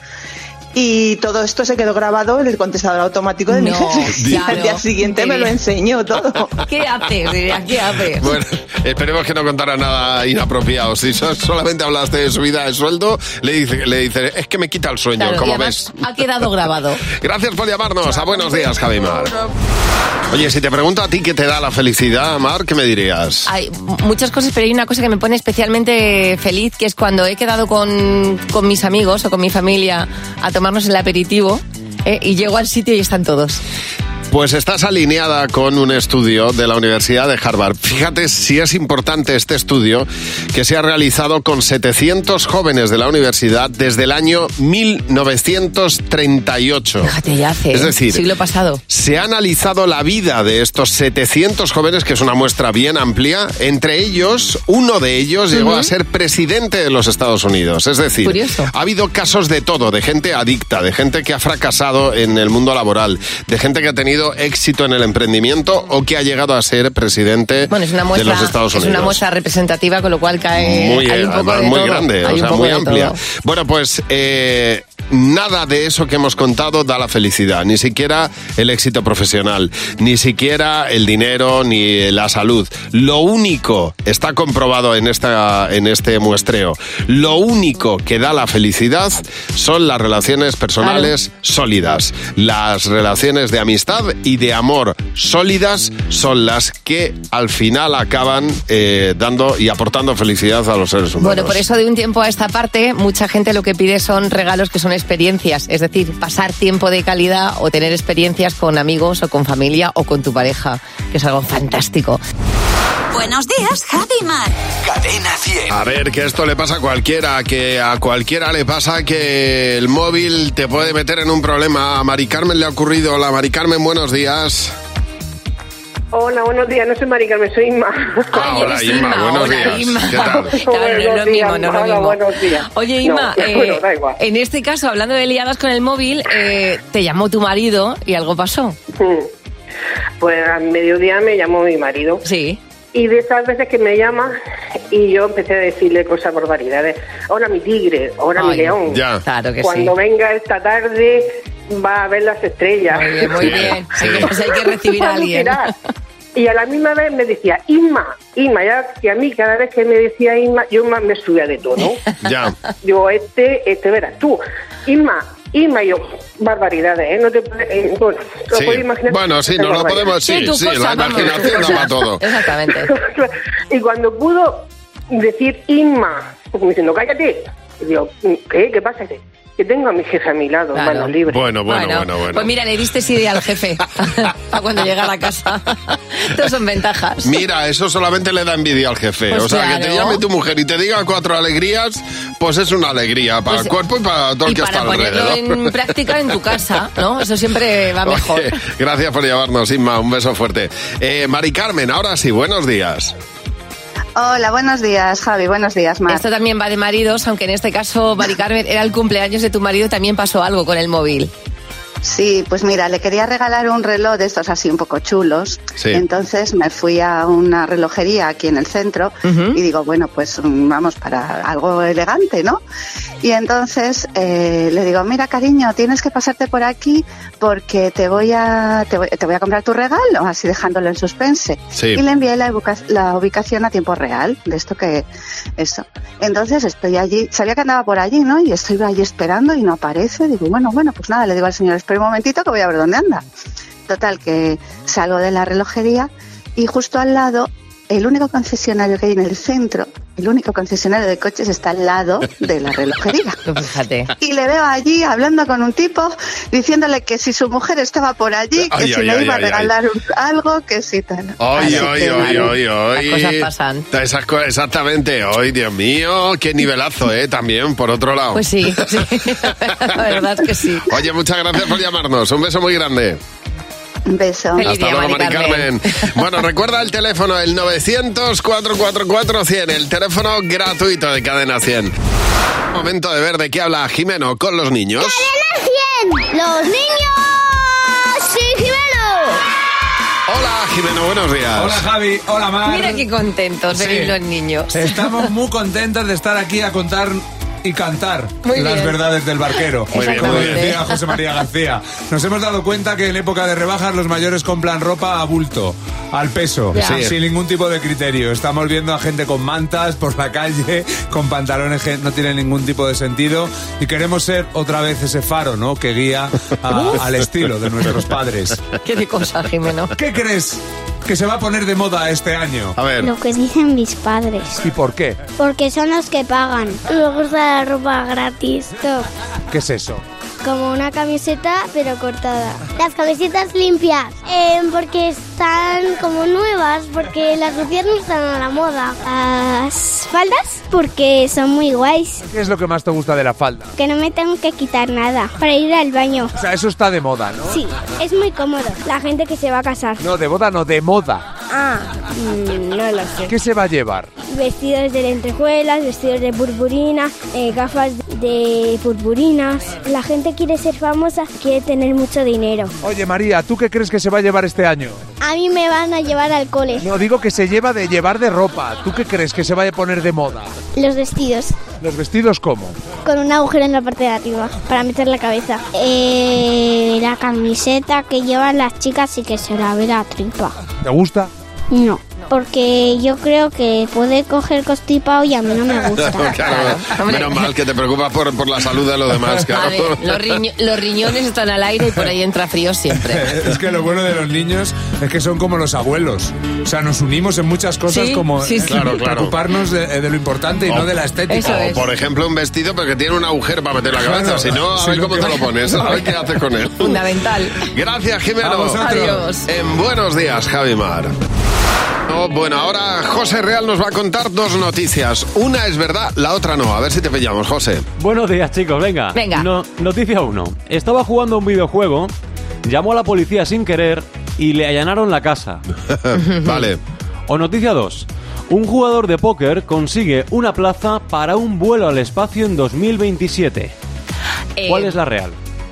Y todo esto se quedó grabado en el contestador automático de mi No, jefe. Y claro. al día siguiente me lo enseñó todo. ¿Qué haces? Diría, ¿qué haces? Bueno, esperemos que no contara nada inapropiado. Si so- solamente hablaste de subida de sueldo, le dice, le dice es que me quita el sueño, Claro, y como además ves. ha quedado grabado. Gracias por llamarnos. A buenos días, Javimar. Oye, si te pregunto a ti qué te da la felicidad, Mar, ¿qué me dirías? Hay muchas cosas, pero hay una cosa que me pone especialmente feliz, que es cuando he quedado con, con mis amigos o con mi familia a tomarnos el aperitivo, ¿eh? Y llego al sitio y están todos. Pues estás alineada con un estudio de la Universidad de Harvard. Fíjate si es importante este estudio, que se ha realizado con setecientos jóvenes de la universidad desde el año mil novecientos treinta y ocho. Fíjate, ya hace, Es decir, siglo pasado. se ha analizado la vida de estos setecientos jóvenes, que es una muestra bien amplia. Entre ellos, uno de ellos llegó Ujú. a ser presidente de los Estados Unidos. Es decir, Curioso. ha habido casos de todo, de gente adicta, de gente que ha fracasado en el mundo laboral, de gente que ha tenido éxito en el emprendimiento o que ha llegado a ser presidente Bueno, es una de muestra, los Estados es Unidos. una muestra representativa, con lo cual cae Muy, hay un poco además, de muy todo. grande, Hay o sea, un poco muy de amplia. todo. Bueno, pues eh, nada de eso que hemos contado da la felicidad, ni siquiera el éxito profesional, ni siquiera el dinero, ni la salud. Lo único, está comprobado en, esta, en este muestreo, lo único que da la felicidad son las relaciones personales sólidas. Las relaciones de amistad y de amor sólidas son las que al final acaban eh, dando y aportando felicidad a los seres humanos. Bueno, por eso de un tiempo a esta parte, mucha gente lo que pide son regalos que son experiencias, es decir, pasar tiempo de calidad o tener experiencias con amigos o con familia o con tu pareja, que es algo fantástico. Buenos días, Javi y Mar. Cadena cien. A ver, que esto le pasa a cualquiera, que a cualquiera le pasa que el móvil te puede meter en un problema. A Mari Carmen le ha ocurrido. Hola, Mari Carmen, buenos días. Hola, buenos días. No soy Mari Carmen, soy Inma. Ah, hola, Inma, buenos hola, días. Inma. ¿Qué tal? Claro, no es lo Buenos mismo, días, no es lo hola, mismo. buenos días. Oye, Inma, No, eh, bueno, da igual. en este caso, hablando de liadas con el móvil, eh, te llamó tu marido y algo pasó. Pues al mediodía me llamó mi marido. Sí. Y de esas veces que me llama y yo empecé a decirle cosas barbaridades. Ahora mi tigre, ahora mi Ay, león. ya. Claro que Cuando sí. venga esta tarde va a ver las estrellas. Muy bien, muy bien. Sí, pues hay que recibir a alguien. Y a la misma vez me decía, Inma, Inma, ya que a mí cada vez que me decía Inma, yo más me subía de tono. Ya. Digo, este, este verás tú. Inma, Inma, y yo, barbaridades, ¿eh? No te puedes, eh, bueno, lo Sí. puedes imaginar. Bueno, sí, Esta no lo barbaridad. podemos, sí, sí, la imaginación da para todo. Exactamente. Y cuando pudo decir Inma, como diciendo, cállate, y digo, ¿qué? ¿Qué pasa? Y dice, que tengo a mi jefe a mi lado, Claro. manos libres. Bueno, bueno, bueno, bueno. Pues mira, le diste idea al jefe para cuando llegara a casa. Todas son ventajas. Mira, eso solamente le da envidia al jefe. Pues o sea, que te claro. llame tu mujer y te diga cuatro alegrías, pues es una alegría para Pues- el cuerpo y para todo el Y que para está ponerlo alrededor. en práctica en tu casa, ¿no? Eso siempre va mejor. Oye, gracias por llamarnos, Inma. Un beso fuerte. Eh, Mari Carmen, ahora sí, buenos días. Hola, buenos días, Javi. Buenos días, Mar. Esto también va de maridos, aunque en este caso, Mari Carmen, era el cumpleaños de tu marido y también pasó algo con el móvil. Sí, pues mira, le quería regalar un reloj de estos así un poco chulos. Sí. Entonces me fui a una relojería aquí en el centro y digo, bueno, pues mm, vamos para algo elegante, ¿no? Y entonces eh, le digo, mira, cariño, tienes que pasarte por aquí porque te voy a te voy, te voy a comprar tu regalo, así dejándolo en suspense. Sí. Y le envié la, ubica- la ubicación a tiempo real de esto que eso. Entonces estoy allí, sabía que andaba por allí, ¿no? Y estoy allí esperando y no aparece. Digo, bueno, bueno, pues nada, le digo al señor, espera un momentito que voy a ver dónde anda. Total, que salgo de la relojería y justo al lado, el único concesionario que hay en el centro, el único concesionario de coches está al lado de la relojería. Fíjate. Y le veo allí hablando con un tipo, diciéndole que si su mujer estaba por allí, que Ay, si ay, le ay, iba ay, a regalar un- algo, que si tal. Oye, Así oye, que, oye, bueno, oye, oye. las cosas pasan. Esas co- exactamente. Hoy, Dios mío, qué nivelazo, ¿eh? También, por otro lado. Pues sí, sí. La verdad es que sí. Oye, muchas gracias por llamarnos. Un beso muy grande. Un beso. Hasta luego, Mari Carmen. Bueno, recuerda el teléfono, el novecientos, cuatrocientos cuarenta y cuatro cien, el teléfono gratuito de Cadena cien. Momento de ver de qué habla Jimeno con los niños. cien! ¡Los niños! ¡Sí, Jimeno! Hola, Jimeno, buenos días. Hola, Javi. Hola, Mar. Mira qué contentos de Sí. venir los niños. Estamos muy contentos de estar aquí a contar y cantar Muy las bien. verdades del barquero, Muy bien, como muy bien. decía José María García. Nos hemos dado cuenta que en época de rebajas los mayores compran ropa a bulto, al peso, Ya. Sí. sin ningún tipo de criterio. Estamos viendo a gente con mantas por la calle, con pantalones que no tienen ningún tipo de sentido, y queremos ser otra vez ese faro, ¿no?, que guía a- al estilo de nuestros padres. Qué de cosa, Jimeno. ¿Qué crees que se va a poner de moda este año? A ver. Lo que dicen mis padres. ¿Y por qué? Porque son los que pagan. Me gusta la ropa gratis. Top. ¿Qué es eso? Como una camiseta, pero cortada. Las camisetas limpias. Eh, porque están como nuevas, porque las lucías no están a la moda. Las faldas, porque son muy guays. ¿Qué es lo que más te gusta de la falda? Que no me tengo que quitar nada para ir al baño. O sea, eso está de moda, ¿no? Sí, es muy cómodo. La gente que se va a casar. No, de moda no, de moda. Ah, mm, no lo sé. ¿Qué se va a llevar? Vestidos de lentejuelas, vestidos de purpurina, eh, gafas de purpurinas. La gente quiere ser famosa, quiere tener mucho dinero. Oye, María, ¿tú qué crees que se va a llevar este año? A mí me van a llevar al cole. No, digo que se lleva de llevar de ropa. ¿Tú qué crees que se vaya a poner de moda? Los vestidos, ¿Los vestidos cómo? con un agujero en la parte de arriba para meter la cabeza. Eh, la camiseta que llevan las chicas y que se la ve la tripa. ¿Te gusta? No, porque yo creo que puede coger constipado y a mí no me gusta. Claro, menos mal que te preocupas por, por la salud de los demás, claro. Vale, los, riño- los riñones están al aire y por ahí entra frío siempre. Es que lo bueno de los niños es que son como los abuelos. O sea, nos unimos en muchas cosas, Sí, como sí, sí. Claro, claro. preocuparnos de, de lo importante y O- no de la estética. O, por ejemplo, un vestido pero que tiene un agujero para meter la cabeza. Claro. Si no, a Si ver no, cómo ¿qué? te lo pones, a ver qué haces con él. Fundamental. Gracias, Jimeno. A vosotros. Adiós. En Buenos Días, Javi Mar. Oh, bueno, ahora José Real nos va a contar dos noticias. Una es verdad, la otra no. A ver si te pillamos, José. Buenos días, chicos, venga. Venga. No- noticia uno. Estaba jugando un videojuego, llamó a la policía sin querer y le allanaron la casa. Vale. O noticia dos. Un jugador de póker consigue una plaza para un vuelo al espacio en dos mil veintisiete. Eh, ¿Cuál es la real?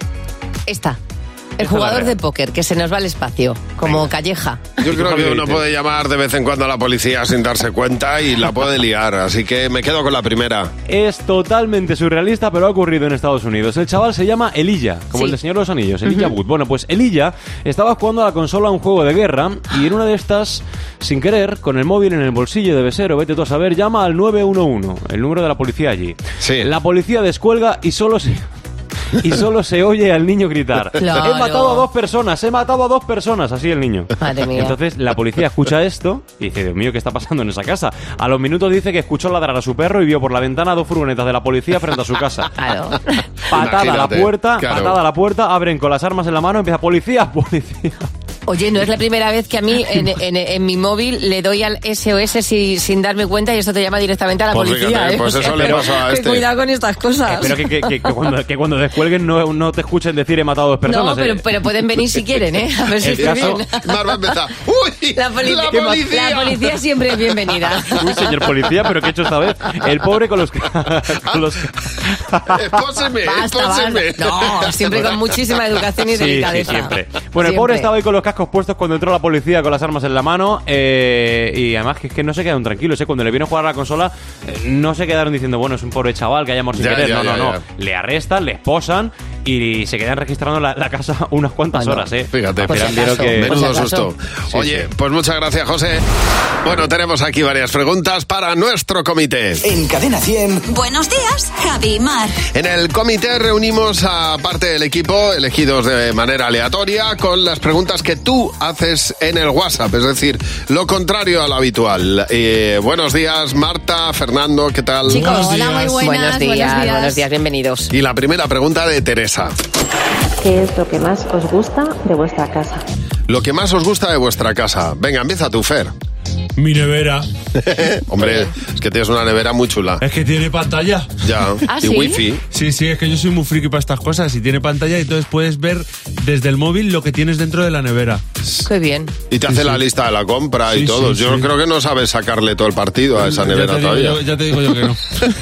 Esta. El Esta es la jugador real. de póker que se nos va al espacio, como Calleja. Yo creo que uno puede llamar de vez en cuando a la policía sin darse cuenta y la puede liar. Así que me quedo con la primera. Es totalmente surrealista, pero ha ocurrido en Estados Unidos. El chaval se llama Elijah, como Sí. el de Señor de los Anillos, Elijah Wood. Bueno, pues Elijah estaba jugando a la consola un juego de guerra y en una de estas, sin querer, con el móvil en el bolsillo, debe ser, o vete tú a saber, llama al nueve uno uno, el número de la policía allí. Sí. La policía descuelga y solo se... y solo se oye al niño gritar. Claro. He matado a dos personas, he matado a dos personas, así el niño. Madre mía. Entonces la policía escucha esto y dice, Dios mío, ¿qué está pasando en esa casa? A los minutos dice que escuchó ladrar a su perro y vio por la ventana dos furgonetas de la policía frente a su casa. Claro. Patada a la Imagínate, puerta, claro. patada a la puerta, abren con las armas en la mano, empieza policía, policía. Oye, no es la primera vez que a mí en, en, en mi móvil le doy al S O S si, sin darme cuenta y esto te llama directamente a la Pues policía. fíjate, ¿eh? pues eso le Pero pasó a que este. Cuidado con estas cosas. Espero que, que, que, que cuando, que cuando descuelguen no, no te escuchen decir he matado a dos personas. No, pero, eh. pero pueden venir si quieren, ¿eh? A ver si El estoy caso- bien. Mar va a empezar. ¡Uy! La, poli- ¡La la policía! La policía siempre es bienvenida. Uy, señor policía, ¿pero qué he hecho esta vez? El pobre con los... con los... Espóseme, Basta, espóseme. basta. No, siempre con muchísima educación y Sí, sí, delicadeza. siempre. Bueno, el pobre Siempre. estaba ahí con los cascos puestos cuando entró la policía con las armas en la mano eh, y además que es que no se quedaron tranquilos. ¿eh? Cuando le vieron jugar a la consola, eh, no se quedaron diciendo, bueno, es un pobre chaval que haya muerto sin Ya, querer. ya, no, ya, no, no. ya. Le arrestan, le esposan y se quedan registrando la, la casa unas cuantas Bueno, horas, ¿eh? Fíjate, Pero fíjate. quiero que- Menudo Por si susto. acaso. Sí, Oye, sí. pues muchas gracias, José. Bueno, tenemos aquí varias preguntas para nuestro comité. En Cadena cien. Buenos días, Javi y Mar. En el comité reunimos a parte del equipo, elegidos de manera aleatoria, con las preguntas que tú haces en el WhatsApp, es decir, lo contrario a lo habitual. Eh, buenos días, Marta, Fernando, ¿qué tal? Chicos, Hola, muy buenas, buenos días, buenos días. buenos días, bienvenidos. Y la primera pregunta de Teresa. ¿Qué es lo que más os gusta de vuestra casa? Lo que más os gusta de vuestra casa. Venga, empieza tú, Fer. Mi nevera. Hombre, es que tienes una nevera muy chula. Es que tiene pantalla. Ya, ¿Ah, y sí? wifi. Sí, sí, es que yo soy muy friki para estas cosas y tiene pantalla y entonces puedes ver desde el móvil lo que tienes dentro de la nevera. Qué bien. Y te hace la lista de la compra y Sí, todo. sí, yo sí. creo que no sabes sacarle todo el partido a esa Ya nevera te digo todavía. yo- ya te digo yo que no.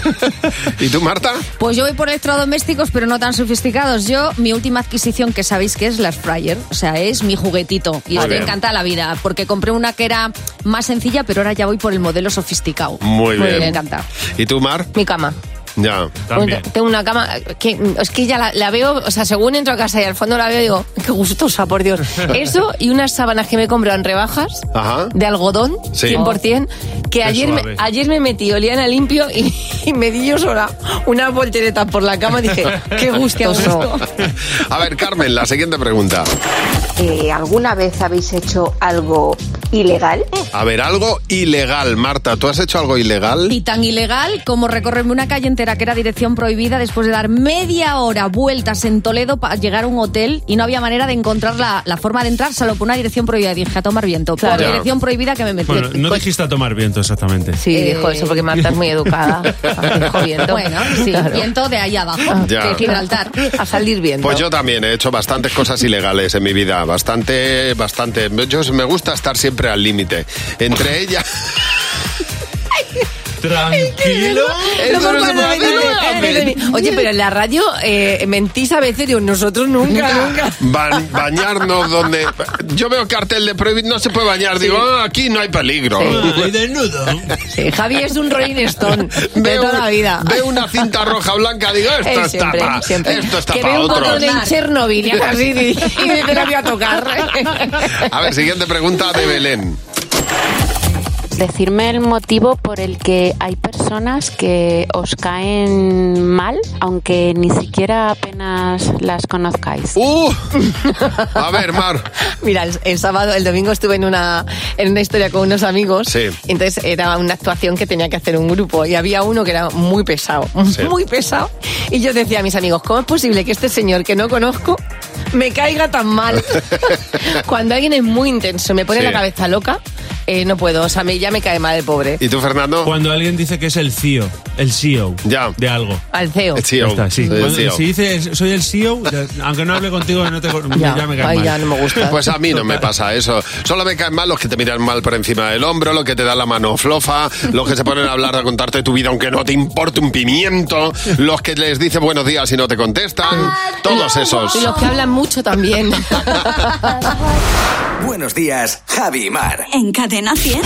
¿Y tú, Marta? Pues yo voy por electrodomésticos, pero no tan sofisticados. Yo, mi última adquisición, que sabéis que es la Air Fryer, o sea, es mi juguetito. Y Muy os bien. encanta la vida, porque compré una que era más sencilla, pero ahora ya voy por el modelo sofisticado. Muy bien. Me encanta. ¿Y tú, Mar? Mi cama. Ya. También. Tengo una cama que es que ya la, la veo, o sea, según entro a casa y al fondo la veo, digo, qué gustosa, por Dios. Eso y unas sábanas que me compro en rebajas Ajá. de algodón, Sí. cien por ciento, que Qué ayer me, suave. ayer me metí, olían a limpio y, y me di yo sola unas volteretas por la cama y dije, qué gustoso. A ver, Carmen, la siguiente pregunta. Eh, ¿Alguna vez habéis hecho algo ilegal? A ver, algo ilegal. Marta, ¿tú has hecho algo ilegal? Y tan ilegal como recorrerme una calle entera que era dirección prohibida después de dar media hora vueltas en Toledo para llegar a un hotel y no había manera de encontrar la, la forma de entrar salvo por una dirección prohibida. Dije, a tomar viento. Por Claro. dirección prohibida que me metí. Bueno, no Pues- dijiste a tomar viento exactamente. Sí, dijo eso porque Marta es muy educada. Dijo viento. Bueno, sí, Claro. viento de ahí abajo, Ya. de Gibraltar. A salir viento. Pues yo también he hecho bastantes cosas ilegales en mi vida. Bastante, bastante. Yo me gusta estar siempre al límite. Entre ellas... Tranquilo. Eso no se puede hacer. Oye, pero en la radio eh, mentís a veces, digo, nosotros nunca, nunca. Ba- bañarnos donde... Yo veo cartel de prohibido, no se puede bañar. Digo, ah, aquí no hay peligro. Ay, desnudo. Sí, Javi es un Rolling Stone de Veo, toda la vida. veo una cinta roja blanca, digo, esto Él está siempre, para siempre. esto está que para ve un otros. botón en Chernobyl y hace así y dice, te la voy a tocar. A ver, siguiente pregunta de Belén. Decirme el motivo por el que hay personas que os caen mal, aunque ni siquiera apenas las conozcáis. ¡Uh! A ver, Mar. Mira, el, el sábado, el domingo estuve en una, en una historia con unos amigos. Sí. Entonces era una actuación que tenía que hacer un grupo y había uno que era muy pesado, Sí. muy pesado. Y yo decía a mis amigos, ¿cómo es posible que este señor que no conozco me caiga tan mal? Cuando alguien es muy intenso, me pone Sí. la cabeza loca, eh, no puedo, o sea, me, ya me cae mal el pobre. ¿Y tú, Fernando? Cuando alguien dice que es el C E O, el C E O Ya. de algo. Al C E O. El C E O. Ya está, sí. Soy el Cuando- C E O. Si dice soy el C E O, ya- aunque no hable contigo, no te, Ya, ya me cae ay, mal. ya no me gusta. Pues a mí no me pasa eso. Solo me caen mal los que te miran mal por encima del hombro, los que te dan la mano flofa, los que se ponen a hablar, a contarte tu vida aunque no te importe un pimiento, los que les dicen buenos días y no te contestan, todos esos. Y los que hablan mucho también. Buenos días, Javi y Mar. En Cadena cien.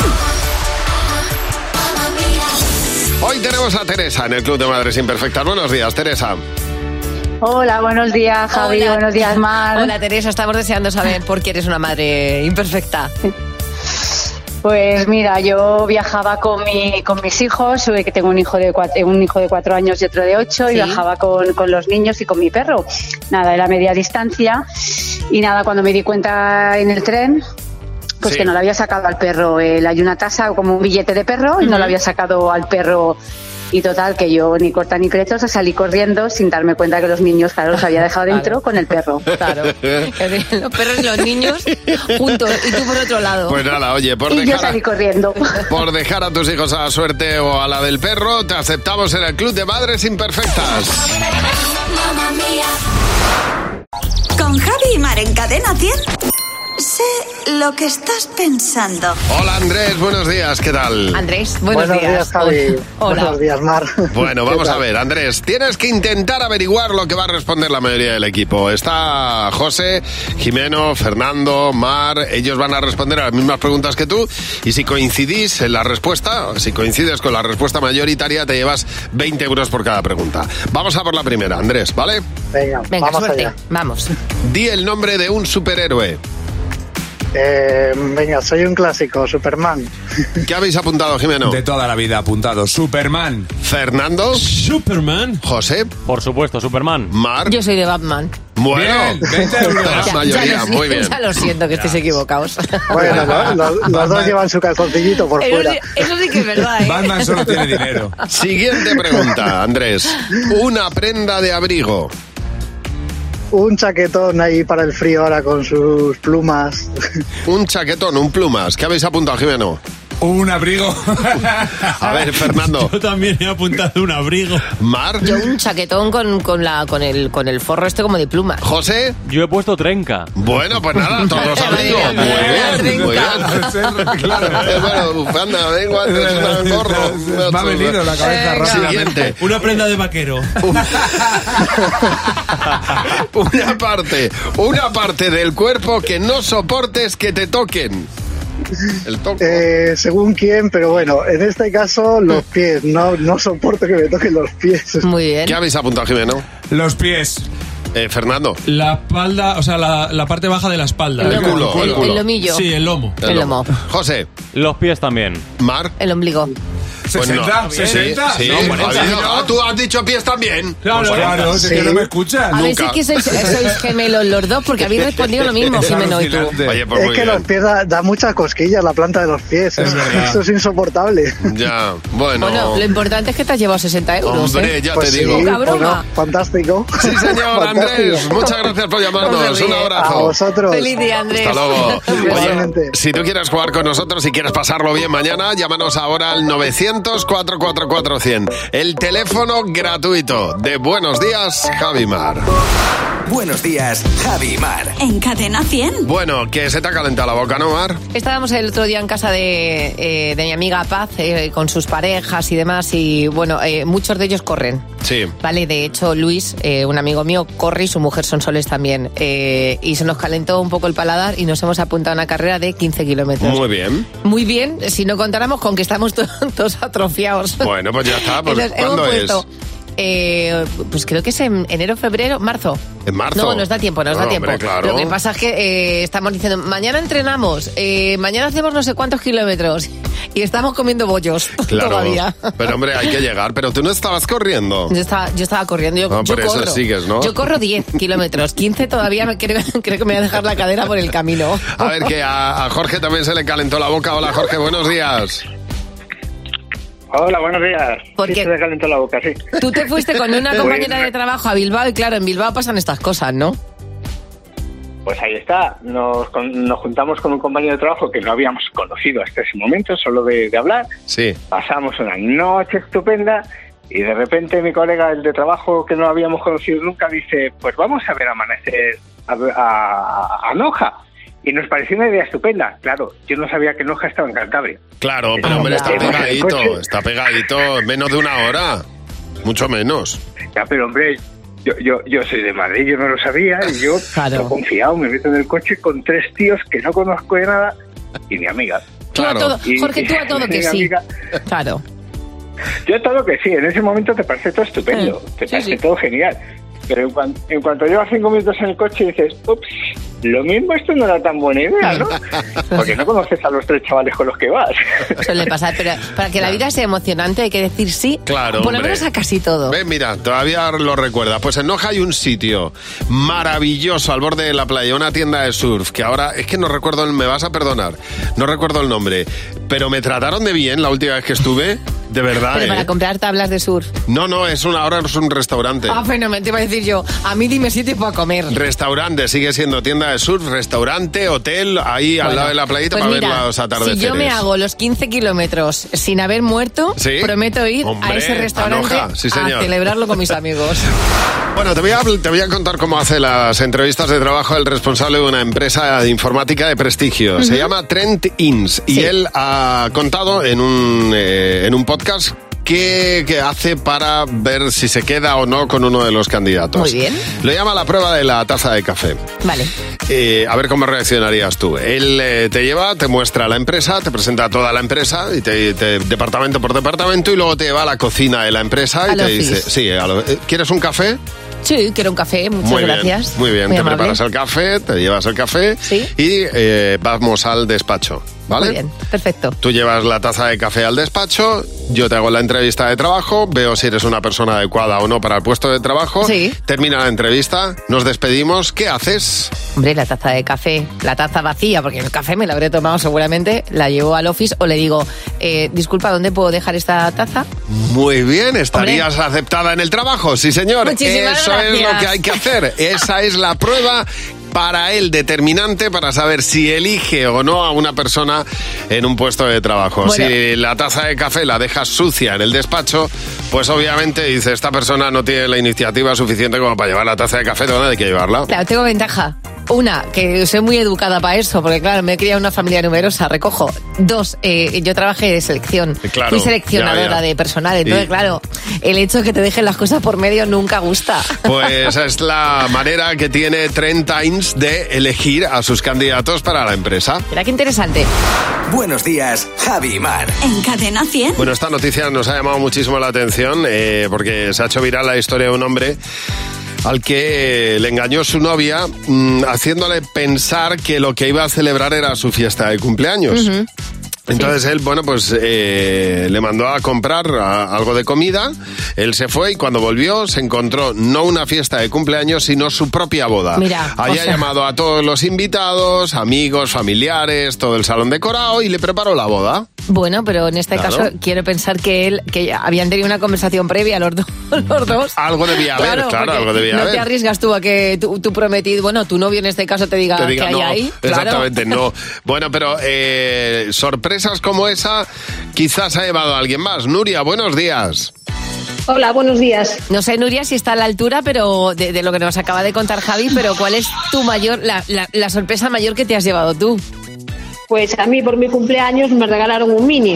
Hoy tenemos a Teresa en el Club de Madres Imperfectas. Buenos días, Teresa. Hola, buenos días, Javi. Hola. Buenos días, Mar. Hola, Teresa, estamos deseando saber por qué eres una madre imperfecta. Pues mira, yo viajaba con mi con mis hijos, que tengo un hijo de cuatro, un hijo de cuatro años y otro de ocho, Sí. y viajaba con, con los niños y con mi perro. Nada, era media distancia. Y nada, cuando me di cuenta en el tren, pues Sí. que no le había sacado al perro. El, hay una tasa como un billete de perro y no le había sacado al perro. Y total, que yo ni corta ni perezosa salí corriendo sin darme cuenta que los niños, claro, los había dejado dentro con el perro. Claro. Los perros y los niños juntos y tú por otro lado. Pues nada, oye, por Y yo dejar, salí corriendo. por dejar a tus hijos a la suerte o a la del perro, te aceptamos en el Club de Madres Imperfectas. Con Javi y Mar en Cadena cien. Sé lo que estás pensando. Hola Andrés, buenos días, ¿qué tal? Andrés, buenos, Buenos días, Javi. Hola. Buenos días, Mar. Bueno, ¿Qué vamos tal? a ver, Andrés, tienes que intentar averiguar lo que va a responder la mayoría del equipo. Está José, Jimeno, Fernando, Mar, ellos van a responder a las mismas preguntas que tú y si coincidís en la respuesta, si coincides con la respuesta mayoritaria, te llevas veinte euros por cada pregunta. Vamos a por la primera, Andrés, ¿vale? Venga, Venga, vamos suerte. allá. Vamos. Di el nombre de un superhéroe. Eh, venga, soy un clásico, Superman. ¿Qué habéis apuntado, Jimeno? De toda la vida apuntado. Superman. Fernando. Superman. José. Por supuesto, Superman. Mar. Yo soy de Batman. Bueno, Bien, veinte euros. la Ya- mayoría, ya lo muy siento, bien. Ya lo siento que estéis equivocados. Bueno, lo- lo- los dos llevan su calzoncillito por Eso fuera. sí, eso sí que es verdad, ¿eh? Batman solo tiene dinero. Siguiente pregunta, Andrés. Una prenda de abrigo. Un chaquetón ahí para el frío ahora con sus plumas. Un chaquetón, un plumas. ¿Qué habéis apuntado, Jimeno? Un abrigo. A ver, Fernando. Yo también he apuntado un abrigo. Mar. Yo un chaquetón con, con, la, con, el, con el forro este como de pluma. José. Yo he puesto trenca. Bueno, pues nada, todos abrigo. Muy bien, muy bien. Claro, eh, bueno, bufanda, da igual, es una gorro. Me ha venido la cabeza rápidamente. Siguiente. Una prenda de vaquero. Una parte, una parte del cuerpo que no soportes que te toquen. El toque. Eh, según quién, pero bueno, en este caso los pies. No, no soporto que me toquen los pies. Muy bien. ¿Qué habéis apuntado, Jimeno? Los pies. Eh, Fernando. La espalda, o sea, la, la parte baja de la espalda. El culo, el el, culo. el lomillo. Sí, el lomo. El lomo. José. Los pies también. Mar. El ombligo. Pues no. ¿sesenta? ¿sesenta? Sí, sí. No, bueno, Ha habido- sí, ¿no? ah, tú has dicho pies también. Claro, pues claro, si es que no me escuchas. A ver si es que sois, sois gemelos los dos, porque habéis respondido lo mismo, Es Jimeno y tú. alucinante. Oye, pues Es muy que bien. los pies da, da muchas cosquillas la planta de los pies. Es verdad. Eso es insoportable. Ya, bueno. Bueno, lo importante es que te has llevado sesenta euros. Hombre, ¿eh? ya Pues te sí, digo. Poca pues broma. no, fantástico. Sí, señor, Fantástico. Andrés. Muchas gracias por llamarnos. No se Un ríe. A abrazo. vosotros. Feliz día, Andrés. Hasta luego. Oye, Igualmente. si tú quieres jugar con nosotros y quieres pasarlo bien mañana, llámanos ahora al novecientos, cuatro cuatro cuatro, cien. El teléfono gratuito de Buenos Días, Javi Mar. Buenos días, Javi Mar. En Cadena cien. Bueno, que se te ha calentado la boca, ¿no, Mar? Estábamos el otro día en casa de, eh, de mi amiga Paz, eh, con sus parejas y demás, y bueno, eh, muchos de ellos corren. Sí. Vale, de hecho Luis, eh, un amigo mío, corre y su mujer Sonsoles también. Eh, y se nos calentó un poco el paladar y nos hemos apuntado a una carrera de quince kilómetros. Muy bien. Muy bien, si no contáramos con que estamos to- todos atrofiados. Bueno, pues ya está. Pues, Entonces, hemos ¿cuándo es? puesto, eh, pues creo que es en enero, febrero, marzo. ¿En marzo? No, nos da tiempo, nos No, da tiempo. hombre, claro. Lo que pasa es que eh, estamos diciendo, mañana entrenamos, eh, mañana hacemos no sé cuántos kilómetros y estamos comiendo bollos Claro. todavía. Pero hombre, hay que llegar. Pero tú no estabas corriendo. Yo estaba, yo estaba corriendo, yo, No, yo por eso corro. sigues, ¿no? Yo corro diez kilómetros, quince todavía me creo, creo que me voy a dejar la cadera por el camino. A ver, que a, a Jorge también se le calentó la boca. Hola, Jorge, buenos días. Hola, buenos días. ¿Por Sí, qué? se me calentó la boca, sí. Tú te fuiste con una compañera de trabajo a Bilbao y claro, en Bilbao pasan estas cosas, ¿no? Pues ahí está. Nos, con- nos juntamos con un compañero de trabajo que no habíamos conocido hasta ese momento, solo de, de hablar. Sí. Pasamos una noche estupenda y de repente mi colega, el de trabajo que no habíamos conocido nunca, dice, pues vamos a ver amanecer a, a, a Noja. Y nos pareció una idea estupenda. Claro, yo no sabía que Noja estaba en Cantabria. Claro, pero hombre, está Hemos- pegadito. Está pegadito. Menos de una hora. Mucho menos. Ya, pero hombre, yo, yo, yo soy de Madrid, yo no lo sabía y yo, yo confiado, me meto en el coche con tres tíos que no conozco de nada y mi amiga. Tú a todo, Y- Jorge, tú a todo que mi sí. amiga- Claro. Yo todo que sí, en ese momento te parece todo estupendo, Sí, te sí, parece sí. todo genial. Pero en, cuan- en cuanto llevas cinco minutos en el coche dices, ups, lo mismo esto no era tan buena idea, ¿no? Porque no conoces a los tres chavales con los que vas. Suele pasar, pero para que la vida sea emocionante hay que decir sí, Claro, por lo hombre. menos a casi todo. Ven, mira, todavía lo recuerda. Pues en Noja hay un sitio maravilloso al borde de la playa, una tienda de surf, que ahora es que no recuerdo, el, me vas a perdonar, no recuerdo el nombre, pero me trataron de bien la última vez que estuve, de verdad. Pero ¿eh? para comprar tablas de surf. No, no, es una, ahora es un restaurante. Ah, fenomenal, te iba a decir yo, a mí dime sitio para comer. Restaurante, sigue siendo tienda de surf, restaurante, hotel, ahí al Bueno, lado de la playita pues para mira, ver los atardeceres. si yo me hago los quince kilómetros sin haber muerto, ¿Sí? prometo ir Hombre, a ese restaurante a Noja, sí, a señor. celebrarlo con mis amigos. Bueno, te voy, a, te voy a contar cómo hace las entrevistas de trabajo el responsable de una empresa de informática de prestigio. Se llama Trent Inns y él ha contado en un, eh, en un podcast qué, qué hace para ver si se queda o no con uno de los candidatos. Muy bien. Lo llama la prueba de la taza de café. Vale. Eh, a ver cómo reaccionarías tú. Él eh, te lleva, te muestra la empresa, te presenta toda la empresa, y te, te- departamento por departamento, y luego te lleva a la cocina de la empresa y Al te office. dice, sí, a lo- eh, ¿quieres un café? Sí, quiero un café, muchas Muy gracias. bien, muy bien. Muy te amable. preparas el café, te llevas el café y eh, vamos al despacho, ¿vale? Muy bien, perfecto. Tú llevas la taza de café al despacho, yo te hago la entrevista de trabajo, veo si eres una persona adecuada o no para el puesto de trabajo. Sí. Termina la entrevista, nos despedimos. ¿Qué haces? Hombre, la taza de café, la taza vacía, porque el café me la habré tomado seguramente, la llevo al office o le digo, eh, disculpa, ¿dónde puedo dejar esta taza? Muy bien, estarías aceptada en el trabajo, sí señor. Muchísimas Eso es gracias. lo que hay que hacer. Esa es la prueba para él determinante para saber si elige o no a una persona en un puesto de trabajo. Bueno. Si la taza de café la dejas sucia en el despacho, pues obviamente dice, esta persona no tiene la iniciativa suficiente como para llevar la taza de café donde hay que llevarla. Claro, tengo ventaja. Una, que soy muy educada para eso, porque claro, me he criado en una familia numerosa, recojo. Dos, eh, yo trabajé de selección. Claro, Fui seleccionadora ya, ya. de personal. Entonces, Y- claro, el hecho de que te dejen las cosas por medio nunca gusta. Pues es la manera que tiene Trent Inns de elegir a sus candidatos para la empresa. Mira qué interesante. Buenos días, Javi y Mar. En Cadena cien. Bueno, esta noticia nos ha llamado muchísimo la atención eh, porque se ha hecho viral la historia de un hombre al que le engañó su novia mmm, haciéndole pensar que lo que iba a celebrar era su fiesta de cumpleaños. Ujú. Entonces él, bueno, pues eh, le mandó a comprar a- algo de comida, él se fue y cuando volvió se encontró no una fiesta de cumpleaños, sino su propia boda. Mira, Había o sea- llamado a todos los invitados, amigos, familiares, todo el salón decorado y le preparó la boda. Bueno, pero en este Claro. caso quiero pensar que él, que habían tenido una conversación previa los, dos los dos. Algo debía haber, claro, porque algo debía no haber. te arriesgas tú a que tu, tu prometido, bueno, tu novio en este caso te diga, Te diga, que hay no, ahí. Claro. exactamente, no. Bueno, pero eh, sorpresas como esa quizás ha llevado a alguien más. Nuria, buenos días. Hola, buenos días. No sé, Nuria, si está a la altura, pero de, de lo que nos acaba de contar Javi, pero ¿cuál es tu mayor, la, la, la sorpresa mayor que te has llevado tú? Pues a mí por mi cumpleaños me regalaron un mini.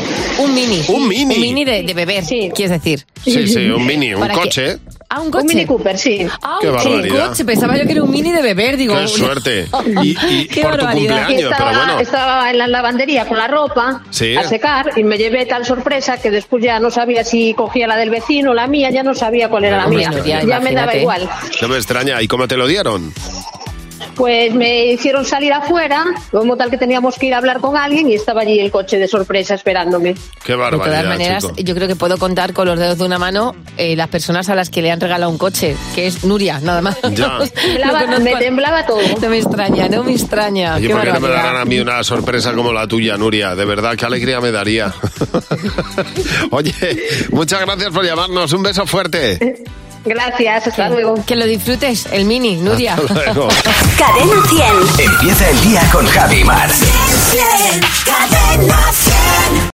Un mini. Un mini. Un mini de, de beber, quieres decir. Sí, sí, un mini, un ¿Para qué? coche. Ah, un coche. Un Mini Cooper, sí. Ah, Qué un barbaridad. coche. Pensaba yo que era un mini de beber, digo. Qué suerte. Y, y Qué por tu barbaridad. Y cumpleaños, estaba, pero bueno. estaba en la lavandería con la ropa Sí. a secar y me llevé tal sorpresa que después ya no sabía si cogía la del vecino o la mía, ya no sabía cuál era la Hombre, mía. Nuria, Ya me daba imagínate. igual. No me extraña. ¿Y cómo te lo dieron? Pues me hicieron salir afuera, como tal que teníamos que ir a hablar con alguien y estaba allí el coche de sorpresa esperándome. Qué De barbaridad, todas maneras, chico. yo creo que puedo contar con los dedos de una mano eh, las personas a las que le han regalado un coche, que es Nuria, nada más. Ya. Temblaba- No conozco me a- temblaba todo. No me extraña, no me extraña. Oye, Qué ¿por qué no me barbaridad. darán a mí una sorpresa como la tuya, Nuria? De verdad, qué alegría me daría. Oye, muchas gracias por llamarnos. Un beso fuerte. Gracias, hasta luego. Que lo disfrutes, el mini, Nuria. Hasta luego. Cadena cien. Empieza el día con Javi y Mar. Cadena cien.